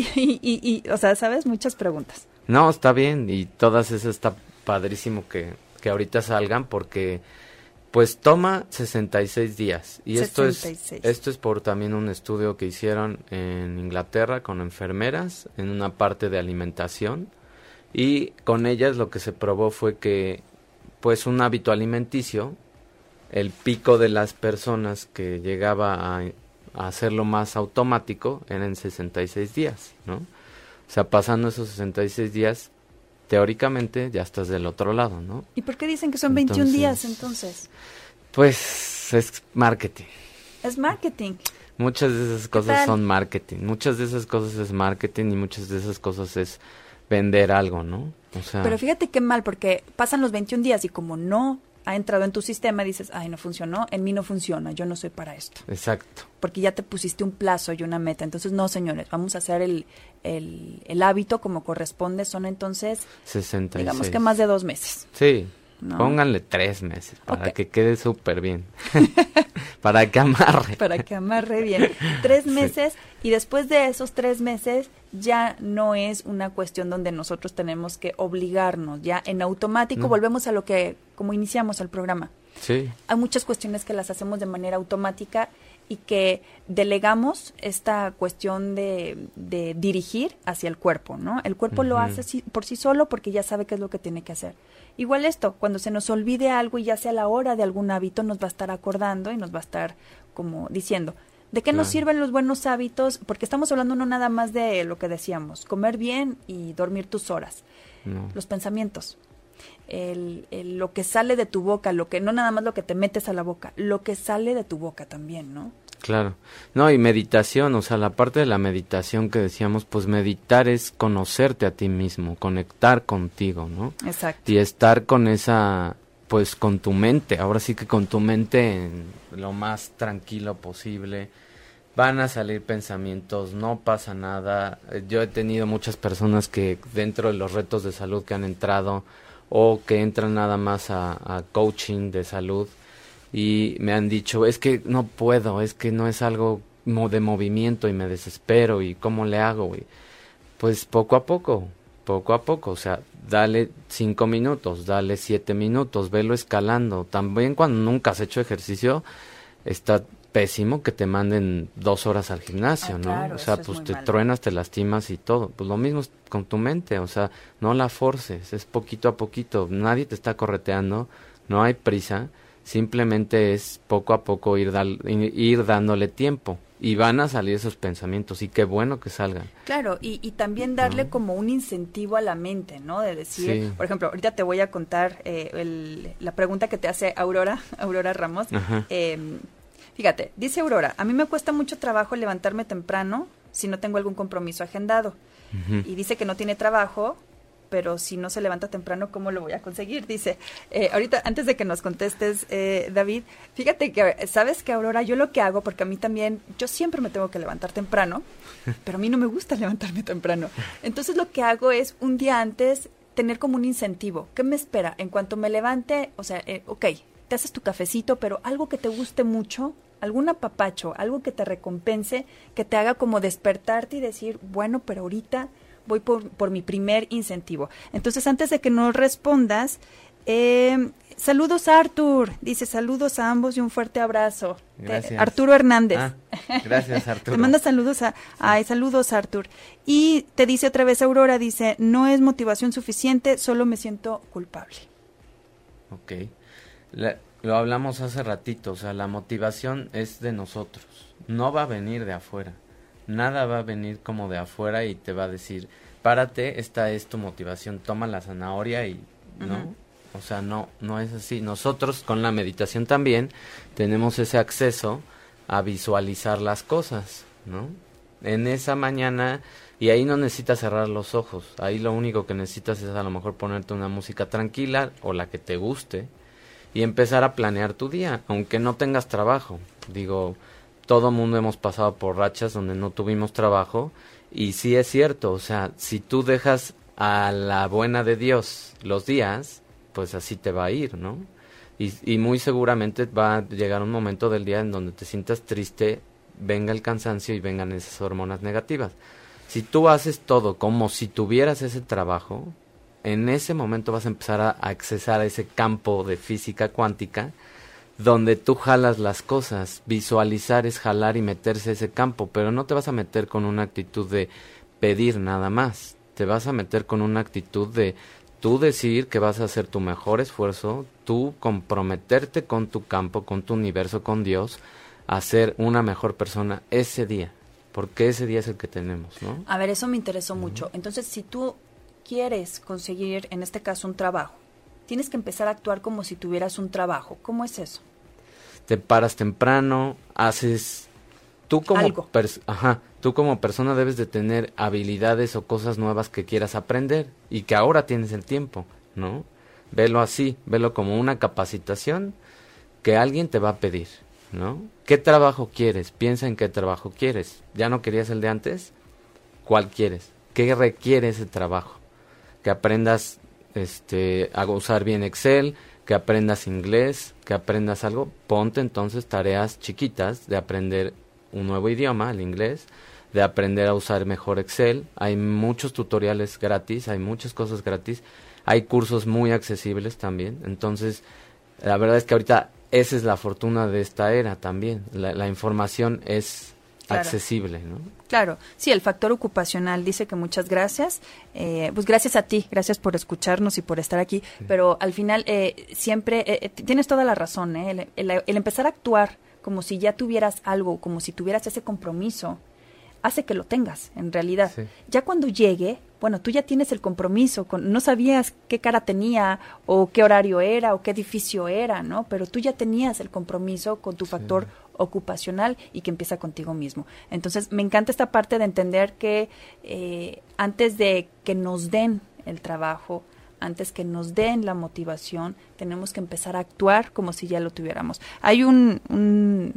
O sea, ¿sabes? Muchas preguntas. No, está bien, y todas esas está padrísimo que ahorita salgan porque pues toma 66 días. Y 66. Esto es por también un estudio que hicieron en Inglaterra con enfermeras en una parte de alimentación. Y con ellas lo que se probó fue que, pues, un hábito alimenticio, el pico de las personas que llegaba a hacerlo más automático eran 66 días, ¿no? O sea, pasando esos 66 días, teóricamente ya estás del otro lado, ¿no? ¿Y por qué dicen que son 21 días entonces? Pues es marketing. Es marketing. Muchas de esas cosas son marketing. Muchas de esas cosas es marketing y muchas de esas cosas es vender algo, ¿no? O sea, pero fíjate qué mal, porque pasan los 21 días y como no ha entrado en tu sistema, dices, ay, no funcionó, en mí no funciona, yo no soy para esto. Exacto. Porque ya te pusiste un plazo y una meta. Entonces, no, señores, vamos a hacer el hábito como corresponde. Son entonces, 66. digamos que más de 2 meses. Sí, ¿no? Pónganle 3 meses para que quede súper bien. Para que amarre. Para que amarre bien. 3 meses y después de esos 3 meses ya no es una cuestión donde nosotros tenemos que obligarnos. Ya en automático volvemos a lo que, como iniciamos el programa. Sí. Hay muchas cuestiones que las hacemos de manera automática y que delegamos esta cuestión de dirigir hacia el cuerpo, ¿no? El cuerpo lo hace por sí solo porque ya sabe qué es lo que tiene que hacer. Igual esto, cuando se nos olvide algo y ya sea la hora de algún hábito, nos va a estar acordando y nos va a estar como diciendo, ¿de qué nos sirven los buenos hábitos? Porque estamos hablando no nada más de lo que decíamos, comer bien y dormir tus horas. No. Los pensamientos. Lo que sale de tu boca, lo que no nada más lo que te metes a la boca, lo que sale de tu boca también, ¿no? Claro. No, y meditación, o sea, la parte de la meditación que decíamos, pues meditar es conocerte a ti mismo, conectar contigo, ¿no? Exacto. Y estar con esa, pues con tu mente, ahora sí que con tu mente en lo más tranquilo posible. Van a salir pensamientos, no pasa nada. Yo he tenido muchas personas que dentro de los retos de salud que han entrado o que entran nada más a coaching de salud y me han dicho, es que no puedo, es que no es algo de movimiento y me desespero y ¿cómo le hago? Y pues poco a poco, o sea, dale 5 minutos, dale 7 minutos, velo escalando. También cuando nunca has hecho ejercicio, está pésimo que te manden 2 horas al gimnasio, ¿no? Claro, o sea, pues te malo. truenas, te lastimas y todo. Pues lo mismo con tu mente, o sea, no la forces, es poquito a poquito. Nadie te está correteando, no hay prisa, simplemente es poco a poco ir dándole tiempo. Y van a salir esos pensamientos, y qué bueno que salgan. Claro, y también darle como un incentivo a la mente, ¿no? De decir, por ejemplo, ahorita te voy a contar la pregunta que te hace Aurora Ramos. Fíjate, dice Aurora, a mí me cuesta mucho trabajo levantarme temprano si no tengo algún compromiso agendado. Y dice que no tiene trabajo pero si no se levanta temprano, ¿cómo lo voy a conseguir? Dice, ahorita, antes de que nos contestes, David, fíjate que, ¿sabes qué, Aurora? Yo lo que hago, porque a mí también, yo siempre me tengo que levantar temprano, pero a mí no me gusta levantarme temprano. Entonces lo que hago es, un día antes, tener como un incentivo. ¿Qué me espera? En cuanto me levante, o sea, ok, te haces tu cafecito, pero algo que te guste mucho, algún apapacho, algo que te recompense, que te haga como despertarte y decir, bueno, pero ahorita voy por mi primer incentivo. Entonces, antes de que nos respondas, saludos a Artur, dice saludos a ambos y un fuerte abrazo. Gracias. Arturo Hernández. Gracias, Arturo. Te manda saludos saludos, Artur. Y te dice otra vez Aurora, dice, no es motivación suficiente, solo me siento culpable. Ok. Lo hablamos hace ratito, o sea, la motivación es de nosotros, no va a venir de afuera. Nada va a venir como de afuera y te va a decir, párate, esta es tu motivación, toma la zanahoria y, ¿no? O sea, no es así. Nosotros con la meditación también tenemos ese acceso a visualizar las cosas, ¿no? En esa mañana, y ahí no necesitas cerrar los ojos, ahí lo único que necesitas es a lo mejor ponerte una música tranquila o la que te guste y empezar a planear tu día, aunque no tengas trabajo. Digo, todo mundo hemos pasado por rachas donde no tuvimos trabajo y sí es cierto, o sea, si tú dejas a la buena de Dios los días, pues así te va a ir, ¿no? Y muy seguramente va a llegar un momento del día en donde te sientas triste, venga el cansancio y vengan esas hormonas negativas. Si tú haces todo como si tuvieras ese trabajo, en ese momento vas a empezar a accesar a ese campo de física cuántica donde tú jalas las cosas. Visualizar es jalar y meterse a ese campo, pero no te vas a meter con una actitud de pedir nada más. Te vas a meter con una actitud de tú decidir que vas a hacer tu mejor esfuerzo, tú comprometerte con tu campo, con tu universo, con Dios, a ser una mejor persona ese día, porque ese día es el que tenemos, ¿no? A ver, eso me interesó mucho. Entonces, si tú quieres conseguir, en este caso, un trabajo, tienes que empezar a actuar como si tuvieras un trabajo. ¿Cómo es eso? Te paras temprano, haces... Tú como persona debes de tener habilidades o cosas nuevas que quieras aprender y que ahora tienes el tiempo, ¿no? Velo así, velo como una capacitación que alguien te va a pedir, ¿no? ¿Qué trabajo quieres? Piensa en qué trabajo quieres. ¿Ya no querías el de antes? ¿Cuál quieres? ¿Qué requiere ese trabajo? Que aprendas a usar bien Excel, que aprendas inglés, que aprendas algo. Ponte entonces tareas chiquitas de aprender un nuevo idioma, el inglés, de aprender a usar mejor Excel. Hay muchos tutoriales gratis, hay muchas cosas gratis, hay cursos muy accesibles también. Entonces, la verdad es que ahorita esa es la fortuna de esta era también. La información es accesible, ¿no? Claro, sí, el factor ocupacional dice que muchas gracias, pues gracias a ti, gracias por escucharnos y por estar aquí, pero al final siempre, tienes toda la razón, el empezar a actuar como si ya tuvieras algo, como si tuvieras ese compromiso, hace que lo tengas, en realidad. Sí. Ya cuando llegue, bueno, tú ya tienes el compromiso, no sabías qué cara tenía, o qué horario era, o qué edificio era, ¿no? Pero tú ya tenías el compromiso con tu factor ocupacional y que empieza contigo mismo. Entonces, me encanta esta parte de entender que antes de que nos den el trabajo, antes que nos den la motivación, tenemos que empezar a actuar como si ya lo tuviéramos. Hay un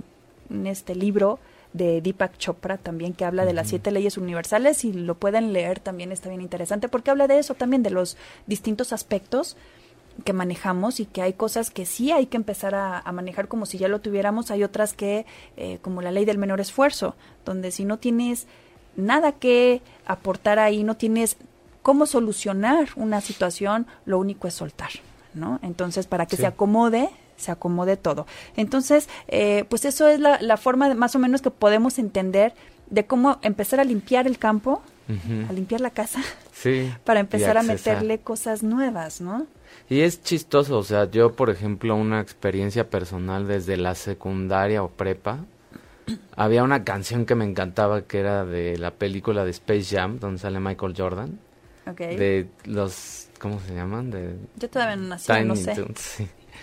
libro de Deepak Chopra también que habla de las 7 leyes universales y lo pueden leer, también está bien interesante porque habla de eso también, de los distintos aspectos que manejamos y que hay cosas que sí hay que empezar a manejar como si ya lo tuviéramos, hay otras que, como la ley del menor esfuerzo, donde si no tienes nada que aportar ahí, no tienes cómo solucionar una situación, lo único es soltar, ¿no? Entonces, para que se acomode todo. Entonces, pues eso es la forma más o menos que podemos entender de cómo empezar a limpiar el campo, a limpiar la casa, para empezar a meterle cosas nuevas, ¿no? Y es chistoso, o sea, yo, por ejemplo, una experiencia personal desde la secundaria o prepa, había una canción que me encantaba que era de la película de Space Jam, donde sale Michael Jordan. Okay. De los, ¿cómo se llaman? Yo todavía no nací, no sé. Sí.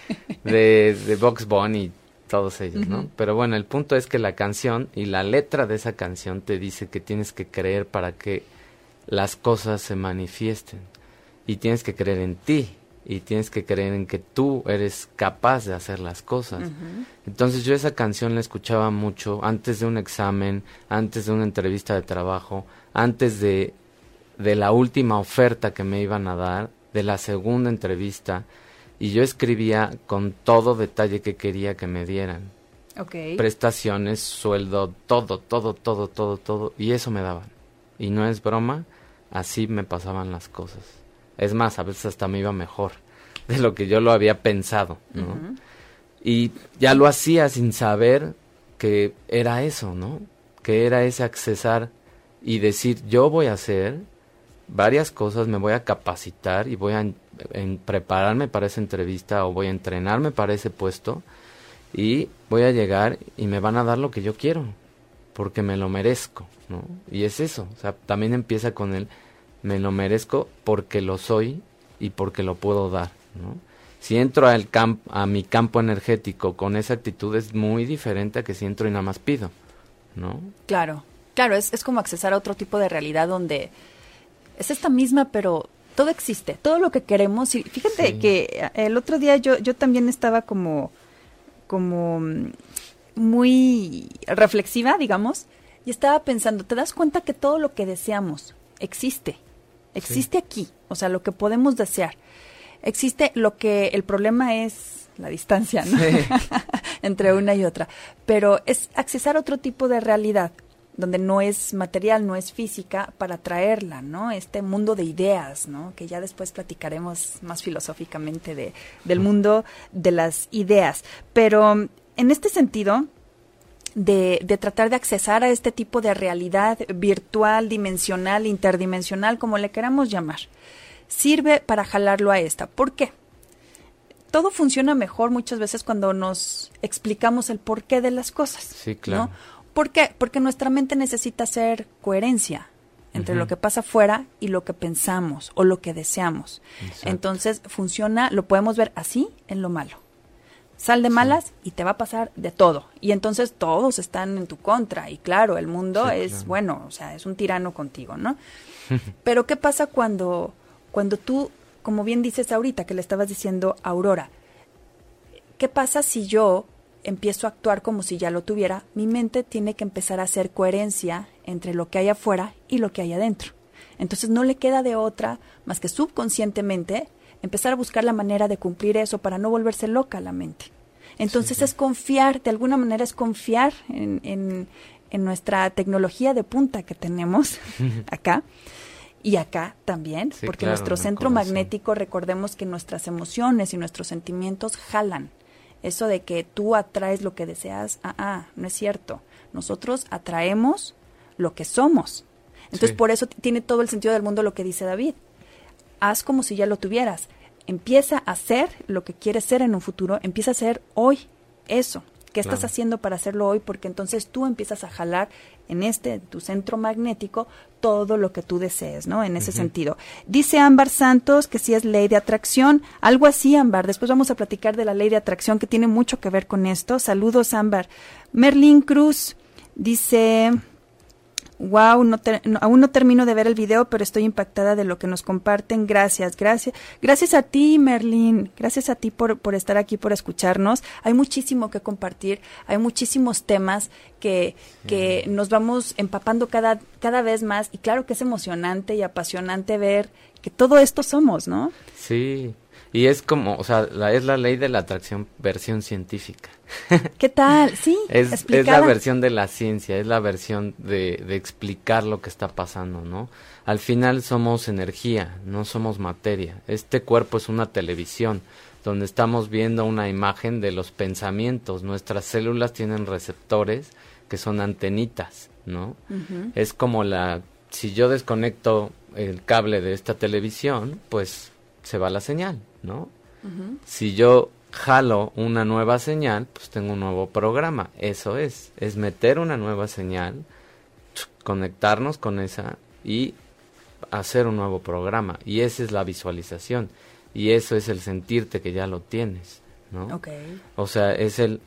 de Bugs Bunny, todos ellos, ¿no? Pero bueno, el punto es que la canción y la letra de esa canción te dice que tienes que creer para que las cosas se manifiesten. y tienes que creer en ti, y tienes que creer en que tú eres capaz de hacer las cosas. Entonces yo esa canción la escuchaba mucho antes de un examen, antes de una entrevista de trabajo, antes de la última oferta que me iban a dar, de la segunda entrevista, y yo escribía con todo detalle que quería que me dieran. Okay. Prestaciones, sueldo, todo, y eso me daban. Y no es broma, así me pasaban las cosas. Es más, a veces hasta me iba mejor de lo que yo lo había pensado, ¿no? Y ya lo hacía sin saber que era eso, ¿no? Que era ese accesar y decir, yo voy a hacer varias cosas, me voy a capacitar y voy a prepararme para esa entrevista o voy a entrenarme para ese puesto y voy a llegar y me van a dar lo que yo quiero, porque me lo merezco, ¿no? Y es eso, o sea, también empieza con el me lo merezco porque lo soy y porque lo puedo dar, ¿no? Si entro a mi campo energético con esa actitud es muy diferente a que si entro y nada más pido, ¿no? Claro, es como accesar a otro tipo de realidad donde es esta misma, pero todo existe, todo lo que queremos. Y fíjate que el otro día yo también estaba como muy reflexiva, digamos, y estaba pensando, ¿te das cuenta que todo lo que deseamos existe aquí? O sea, lo que podemos desear. Existe, lo que el problema es la distancia, ¿no? Sí. Entre una y otra. Pero es accesar a otro tipo de realidad, donde no es material, no es física, para traerla, ¿no? Este mundo de ideas, ¿no? Que ya después platicaremos más filosóficamente del mundo de las ideas. Pero en este sentido de tratar de accesar a este tipo de realidad virtual, dimensional, interdimensional, como le queramos llamar, sirve para jalarlo a esta. ¿Por qué? Todo funciona mejor muchas veces cuando nos explicamos el porqué de las cosas. Sí, claro. ¿No? ¿Por qué? Porque nuestra mente necesita hacer coherencia entre lo que pasa afuera y lo que pensamos o lo que deseamos. Exacto. Entonces funciona, lo podemos ver así en lo malo. Sal de malas y te va a pasar de todo. Y entonces todos están en tu contra. Y claro, el mundo es, bueno, o sea, es un tirano contigo, ¿no? Pero ¿qué pasa cuando tú, como bien dices ahorita, que le estabas diciendo a Aurora, ¿qué pasa si yo empiezo a actuar como si ya lo tuviera? Mi mente tiene que empezar a hacer coherencia entre lo que hay afuera y lo que hay adentro. Entonces no le queda de otra más que subconscientemente empezar a buscar la manera de cumplir eso para no volverse loca la mente. Entonces es confiar, de alguna manera es confiar en nuestra tecnología de punta que tenemos acá. Y acá también, porque claro, nuestro centro magnético, recordemos que nuestras emociones y nuestros sentimientos jalan. Eso de que tú atraes lo que deseas, no es cierto. Nosotros atraemos lo que somos. Entonces, por eso tiene todo el sentido del mundo lo que dice David. Haz como si ya lo tuvieras. Empieza a hacer lo que quieres ser en un futuro. Empieza a hacer hoy eso. ¿Qué estás haciendo para hacerlo hoy? Porque entonces tú empiezas a jalar en tu centro magnético, todo lo que tú desees, ¿no? En ese sentido. Dice Ámbar Santos que sí es ley de atracción. Algo así, Ámbar. Después vamos a platicar de la ley de atracción, que tiene mucho que ver con esto. Saludos, Ámbar. Merlin Cruz dice... Wow, aún no termino de ver el video, pero estoy impactada de lo que nos comparten. Gracias a ti, Merlin. Gracias a ti por estar aquí, por escucharnos. Hay muchísimo que compartir, hay muchísimos temas que nos vamos empapando cada vez más. Y claro que es emocionante y apasionante ver que todo esto somos, ¿no? Sí. Y es como, o sea, es la ley de la atracción versión científica. ¿Qué tal? Sí, es la versión de la ciencia, es la versión de explicar lo que está pasando, ¿no? Al final somos energía, no somos materia. Este cuerpo es una televisión donde estamos viendo una imagen de los pensamientos. Nuestras células tienen receptores que son antenitas, ¿no? Es como si yo desconecto el cable de esta televisión, pues se va la señal, ¿no? Si yo jalo una nueva señal, pues tengo un nuevo programa. Eso es meter una nueva señal, conectarnos con esa y hacer un nuevo programa. Y esa es la visualización. Y eso es el sentirte que ya lo tienes, ¿no? Okay. O sea, es el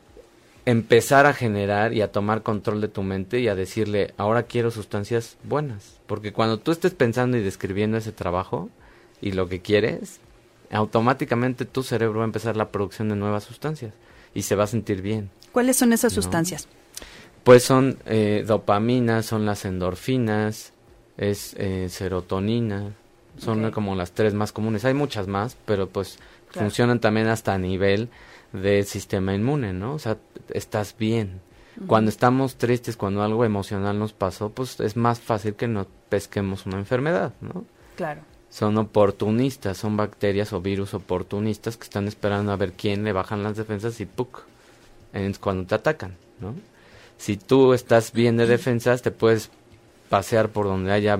empezar a generar y a tomar control de tu mente y a decirle, ahora quiero sustancias buenas. Porque cuando tú estés pensando y describiendo ese trabajo, y lo que quieres, automáticamente tu cerebro va a empezar la producción de nuevas sustancias y se va a sentir bien. ¿Cuáles son esas sustancias? Pues son dopamina, son las endorfinas, es serotonina, son como las 3 más comunes. Hay muchas más, pero pues funcionan también hasta a nivel del sistema inmune, ¿no? O sea, estás bien. Cuando estamos tristes, cuando algo emocional nos pasó, pues es más fácil que nos pesquemos una enfermedad, ¿no? Claro. Son oportunistas, son bacterias o virus oportunistas que están esperando a ver quién le bajan las defensas y ¡puc! Es cuando te atacan, ¿no? Si tú estás bien de defensas, te puedes pasear por donde haya,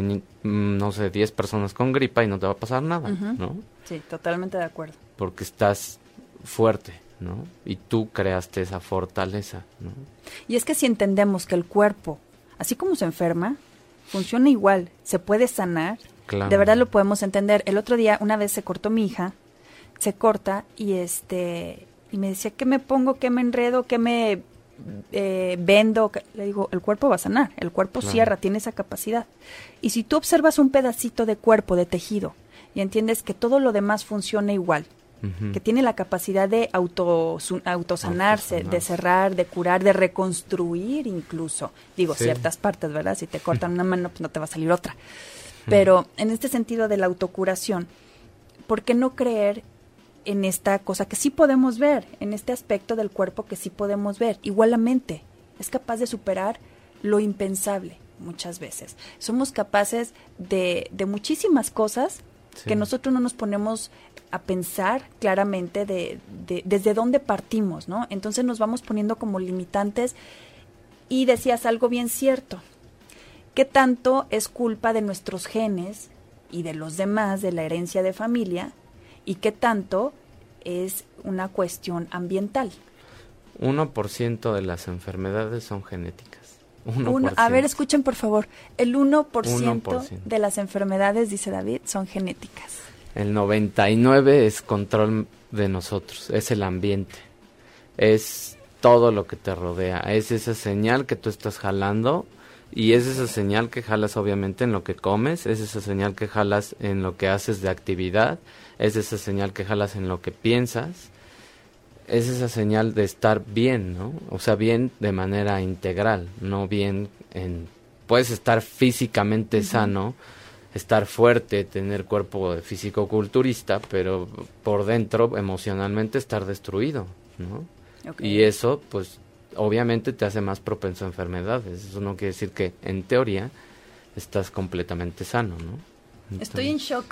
no sé, 10 personas con gripa y no te va a pasar nada, ¿no? Sí, totalmente de acuerdo. Porque estás fuerte, ¿no? Y tú creaste esa fortaleza, ¿no? Y es que si entendemos que el cuerpo, así como se enferma, funciona igual, se puede sanar, claro. De verdad lo podemos entender. El otro día, una vez se cortó mi hija, se corta y y me decía, ¿qué me pongo? ¿Qué me enredo? ¿Qué me vendo? Le digo, el cuerpo va a sanar, el cuerpo cierra, tiene esa capacidad. Y si tú observas un pedacito de cuerpo, de tejido, y entiendes que todo lo demás funciona igual, que tiene la capacidad de autosanarse, de cerrar, de curar, de reconstruir incluso, digo, ciertas partes, ¿verdad? Si te cortan una mano, pues no te va a salir otra. Pero en este sentido de la autocuración, ¿por qué no creer en esta cosa que sí podemos ver, en este aspecto del cuerpo que sí podemos ver? Igual la mente es capaz de superar lo impensable muchas veces. Somos capaces de muchísimas cosas que nosotros no nos ponemos a pensar claramente desde dónde partimos, ¿no? Entonces nos vamos poniendo como limitantes y decías algo bien cierto. ¿Qué tanto es culpa de nuestros genes y de los demás, de la herencia de familia? ¿Y qué tanto es una cuestión ambiental? 1% de las enfermedades son genéticas. 1%. A ver, escuchen por favor. El 1% de las enfermedades, dice David, son genéticas. El 99% es control de nosotros, es el ambiente, es todo lo que te rodea, es esa señal que tú estás jalando y es esa señal que jalas obviamente en lo que comes, es esa señal que jalas en lo que haces de actividad, es esa señal que jalas en lo que piensas, es esa señal de estar bien, ¿no? O sea, bien de manera integral, no bien puedes estar físicamente sano, estar fuerte, tener cuerpo de físico-culturista, pero por dentro, emocionalmente, estar destruido, ¿no? Y eso, pues, obviamente te hace más propenso a enfermedades. Eso no quiere decir que, en teoría, estás completamente sano, ¿no? Entonces, estoy en shock.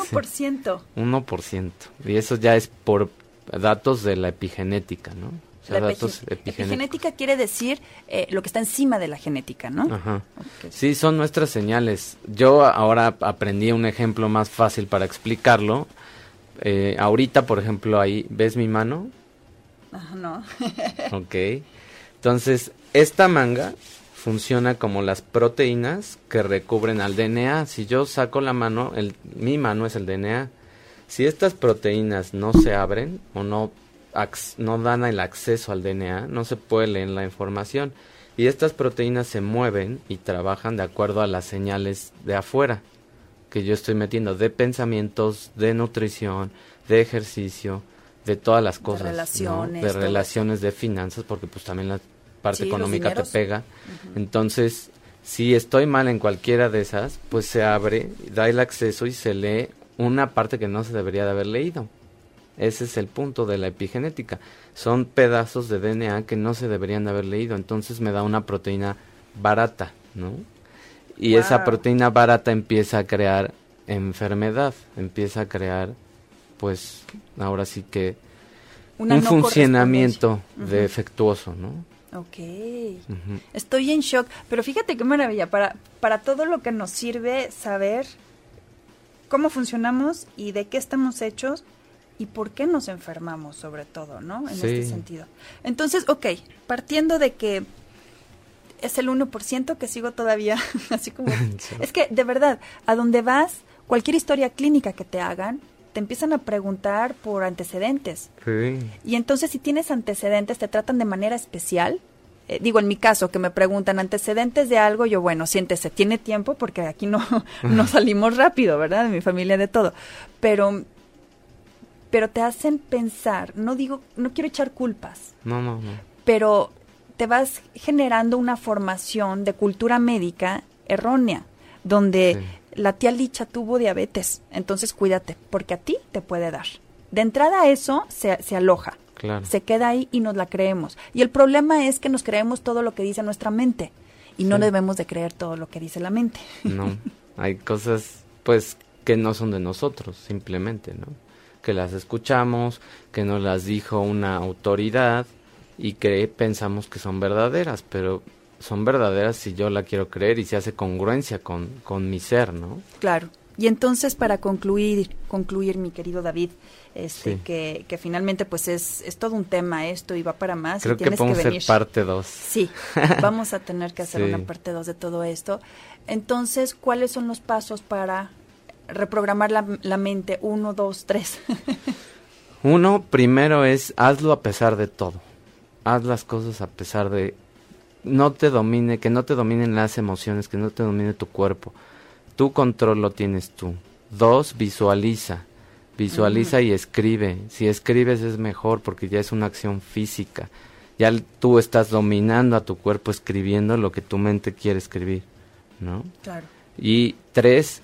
1%. 1%. Y eso ya es por datos de la epigenética, ¿no? O sea, datos epigenética quiere decir lo que está encima de la genética, ¿no? Ajá. Okay. Sí, son nuestras señales. Yo ahora aprendí un ejemplo más fácil para explicarlo. Ahorita, por ejemplo, ahí, ¿ves mi mano? No. Ok. Entonces, esta manga funciona como las proteínas que recubren al DNA. Si yo saco la mano, mi mano es el DNA. Si estas proteínas no se abren o no dan el acceso al DNA, no se puede leer la información. Y estas proteínas se mueven y trabajan de acuerdo a las señales de afuera que yo estoy metiendo, de pensamientos, de nutrición, de ejercicio, de todas las cosas, de relaciones, ¿no? De relaciones, de finanzas, porque pues también la parte económica te pega. Entonces, si estoy mal en cualquiera de esas, pues se abre, da el acceso y se lee una parte que no se debería de haber leído. Ese es el punto de la epigenética. Son pedazos de DNA que no se deberían de haber leído. Entonces me da una proteína barata, ¿no? Y esa proteína barata empieza a crear enfermedad. Empieza a crear, pues, ahora sí que un funcionamiento defectuoso, ¿no? Ok. Estoy en shock. Pero fíjate qué maravilla. Para todo lo que nos sirve saber cómo funcionamos y de qué estamos hechos y por qué nos enfermamos, sobre todo, ¿no? En este sentido. Entonces, partiendo de que es el 1% que sigo todavía, así como... Es que, de verdad, a donde vas, cualquier historia clínica que te hagan, te empiezan a preguntar por antecedentes. Sí. Y entonces, si tienes antecedentes, te tratan de manera especial en mi caso, que me preguntan antecedentes de algo, yo, bueno, siéntese, tiene tiempo, porque aquí no salimos rápido, ¿verdad? De mi familia, de todo. Pero te hacen pensar, no quiero echar culpas. No. Pero te vas generando una formación de cultura médica errónea, donde la tía Licha tuvo diabetes, entonces cuídate, porque a ti te puede dar. De entrada eso se aloja. Claro. Se queda ahí y nos la creemos. Y el problema es que nos creemos todo lo que dice nuestra mente y no debemos de creer todo lo que dice la mente. No, hay cosas pues que no son de nosotros, simplemente, ¿no? Que las escuchamos, que nos las dijo una autoridad y que pensamos que son verdaderas, pero son verdaderas si yo la quiero creer y se hace congruencia con mi ser, ¿no? Claro. Y entonces, para concluir, mi querido David, que finalmente pues es todo un tema esto y va para más. Creo y tienes que podemos hacer parte 2. Sí, vamos a tener que hacer una parte 2 de todo esto. Entonces, ¿cuáles son los pasos para reprogramar la mente? 1, 2, 3. Uno, primero es hazlo a pesar de todo. Haz las cosas a pesar de que no te dominen las emociones, que no te domine tu cuerpo. Tu control lo tienes tú. 2, visualiza y escribe. Si escribes es mejor porque ya es una acción física. Ya tú estás dominando a tu cuerpo escribiendo lo que tu mente quiere escribir, ¿no? Claro. Y 3,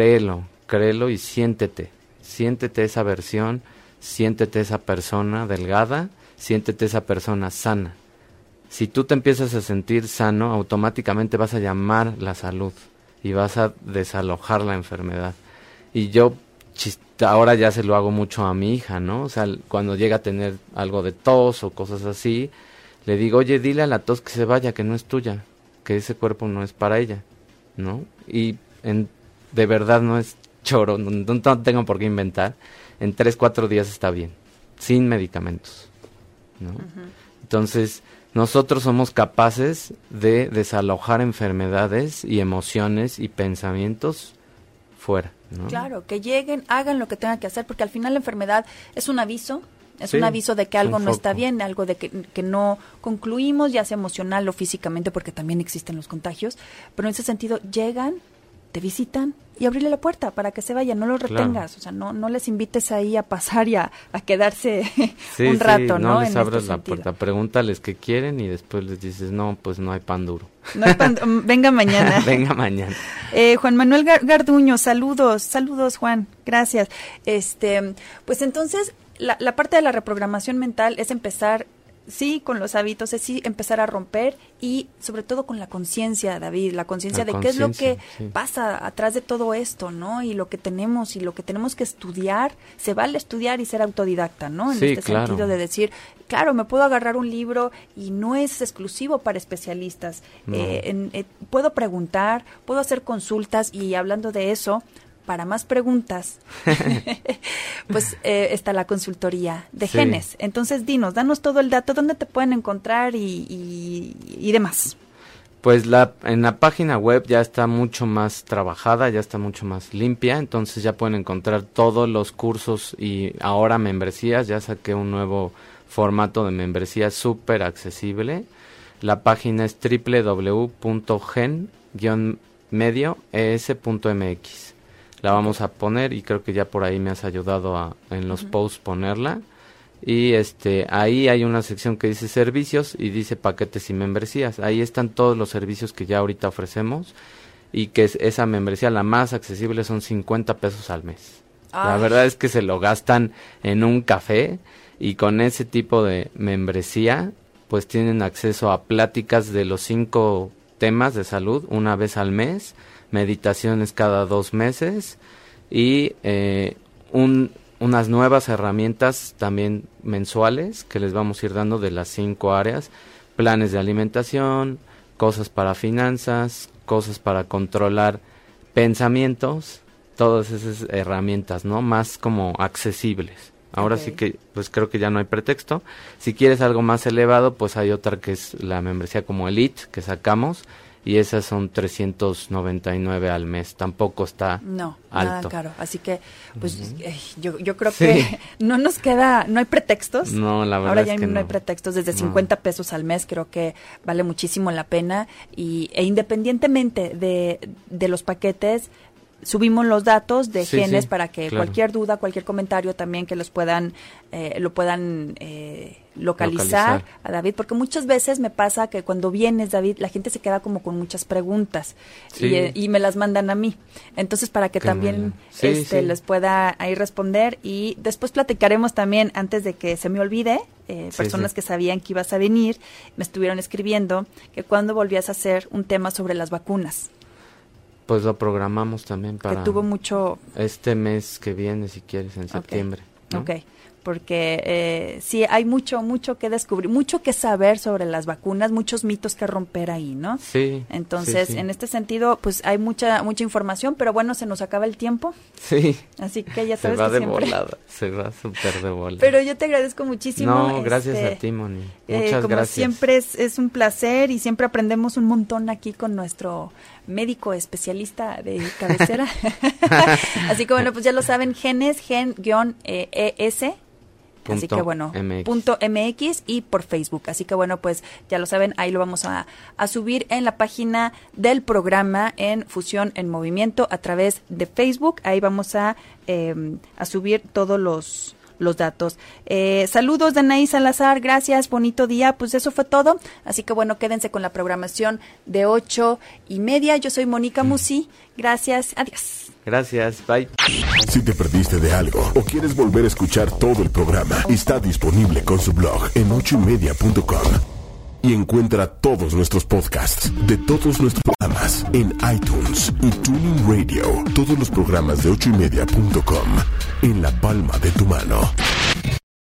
créelo y siéntete esa versión, siéntete esa persona delgada, siéntete esa persona sana. Si tú te empiezas a sentir sano, automáticamente vas a llamar la salud y vas a desalojar la enfermedad. Y yo ahora ya se lo hago mucho a mi hija, ¿no? O sea, cuando llega a tener algo de tos o cosas así, le digo, oye, dile a la tos que se vaya, que no es tuya, que ese cuerpo no es para ella, ¿no? Y de verdad no es choro, no tengo por qué inventar. En 3-4 días está bien, sin medicamentos, ¿no? Entonces, nosotros somos capaces de desalojar enfermedades y emociones y pensamientos fuera, ¿no? Claro, que lleguen, hagan lo que tengan que hacer, porque al final la enfermedad es un aviso, un aviso de que algo no está bien, algo de que no concluimos, ya sea emocional o físicamente, porque también existen los contagios, pero en ese sentido llegan, te visitan y abrirle la puerta para que se vayan, no los retengas, o sea, no les invites ahí a pasar y a quedarse un rato, ¿no? No les abras la puerta, pregúntales qué quieren y después les dices, no, pues no hay pan duro. No hay pan, venga mañana. Venga mañana. Juan Manuel Garduño, saludos Juan, gracias. Pues entonces, la parte de la reprogramación mental es empezar, sí, con los hábitos, es sí empezar a romper y sobre todo con la conciencia, David, la conciencia de qué es lo que pasa atrás de todo esto, ¿no? Y lo que tenemos que estudiar, se vale estudiar y ser autodidacta, ¿no? En este sentido de decir, claro, me puedo agarrar un libro y no es exclusivo para especialistas. No. Puedo preguntar, puedo hacer consultas y hablando de eso, para más preguntas, pues está la consultoría de genes. Entonces, danos todo el dato, dónde te pueden encontrar y demás. Pues en la página web ya está mucho más trabajada, ya está mucho más limpia, entonces ya pueden encontrar todos los cursos y ahora membresías, ya saqué un nuevo formato de membresía súper accesible. La página es www.gen-medio.es.mx. La vamos a poner y creo que ya por ahí me has ayudado en los posts ponerla. Y ahí hay una sección que dice servicios y dice paquetes y membresías. Ahí están todos los servicios que ya ahorita ofrecemos y que esa membresía, la más accesible, son 50 pesos al mes. Ay. La verdad es que se lo gastan en un café y con ese tipo de membresía pues tienen acceso a pláticas de los 5 temas de salud una vez al mes, meditaciones cada 2 meses y unas nuevas herramientas también mensuales que les vamos a ir dando de las 5 áreas, planes de alimentación, cosas para finanzas, cosas para controlar pensamientos, todas esas herramientas, ¿no? Más como accesibles. Ahora sí que, pues creo que ya no hay pretexto. Si quieres algo más elevado, pues hay otra que es la membresía como Elite que sacamos. y esas son 399 al mes. Tampoco está alto. Nada caro. Así que, pues, yo creo que no nos queda, no hay pretextos. No, la verdad ahora es ya que no hay pretextos. Desde 50 pesos al mes creo que vale muchísimo la pena. E independientemente de los paquetes, subimos los datos de Genes para que cualquier duda, cualquier comentario también que lo puedan localizar a David, porque muchas veces me pasa que cuando vienes, David, la gente se queda como con muchas preguntas y me las mandan a mí. Entonces, para que también les pueda ahí responder, y después platicaremos también, antes de que se me olvide, personas que sabían que ibas a venir, me estuvieron escribiendo que cuando volvías a hacer un tema sobre las vacunas. Pues lo programamos también para... Que tuvo mucho... Este mes que viene, si quieres, en septiembre, ¿no? Ok, porque sí, hay mucho que descubrir, mucho que saber sobre las vacunas, muchos mitos que romper ahí, ¿no? Sí. Entonces, en este sentido, pues hay mucha información, pero bueno, se nos acaba el tiempo. Sí. Así que ya sabes que siempre... volada, se va súper de volada. Pero yo te agradezco muchísimo. No, gracias a ti, Moni. Muchas como gracias. Siempre es un placer, y siempre aprendemos un montón aquí con nuestro médico especialista de cabecera. Así que bueno, pues ya lo saben, Genes, gen-es. Así que bueno, .mx y por Facebook. Así que bueno, pues ya lo saben, ahí lo vamos a subir en la página del programa en Fusión en Movimiento a través de Facebook. Ahí vamos a subir todos los datos. Saludos de Anaí Salazar, gracias, bonito día. Pues eso fue todo. Así que bueno, quédense con la programación de 8:30. Yo soy Mónica Musi. Gracias, adiós. Gracias, bye. Si te perdiste de algo o quieres volver a escuchar todo el programa, está disponible con su blog en 8ymedia.com. Y encuentra todos nuestros podcasts de todos nuestros programas en iTunes y TuneIn Radio. Todos los programas de 8ymedia.com en la palma de tu mano.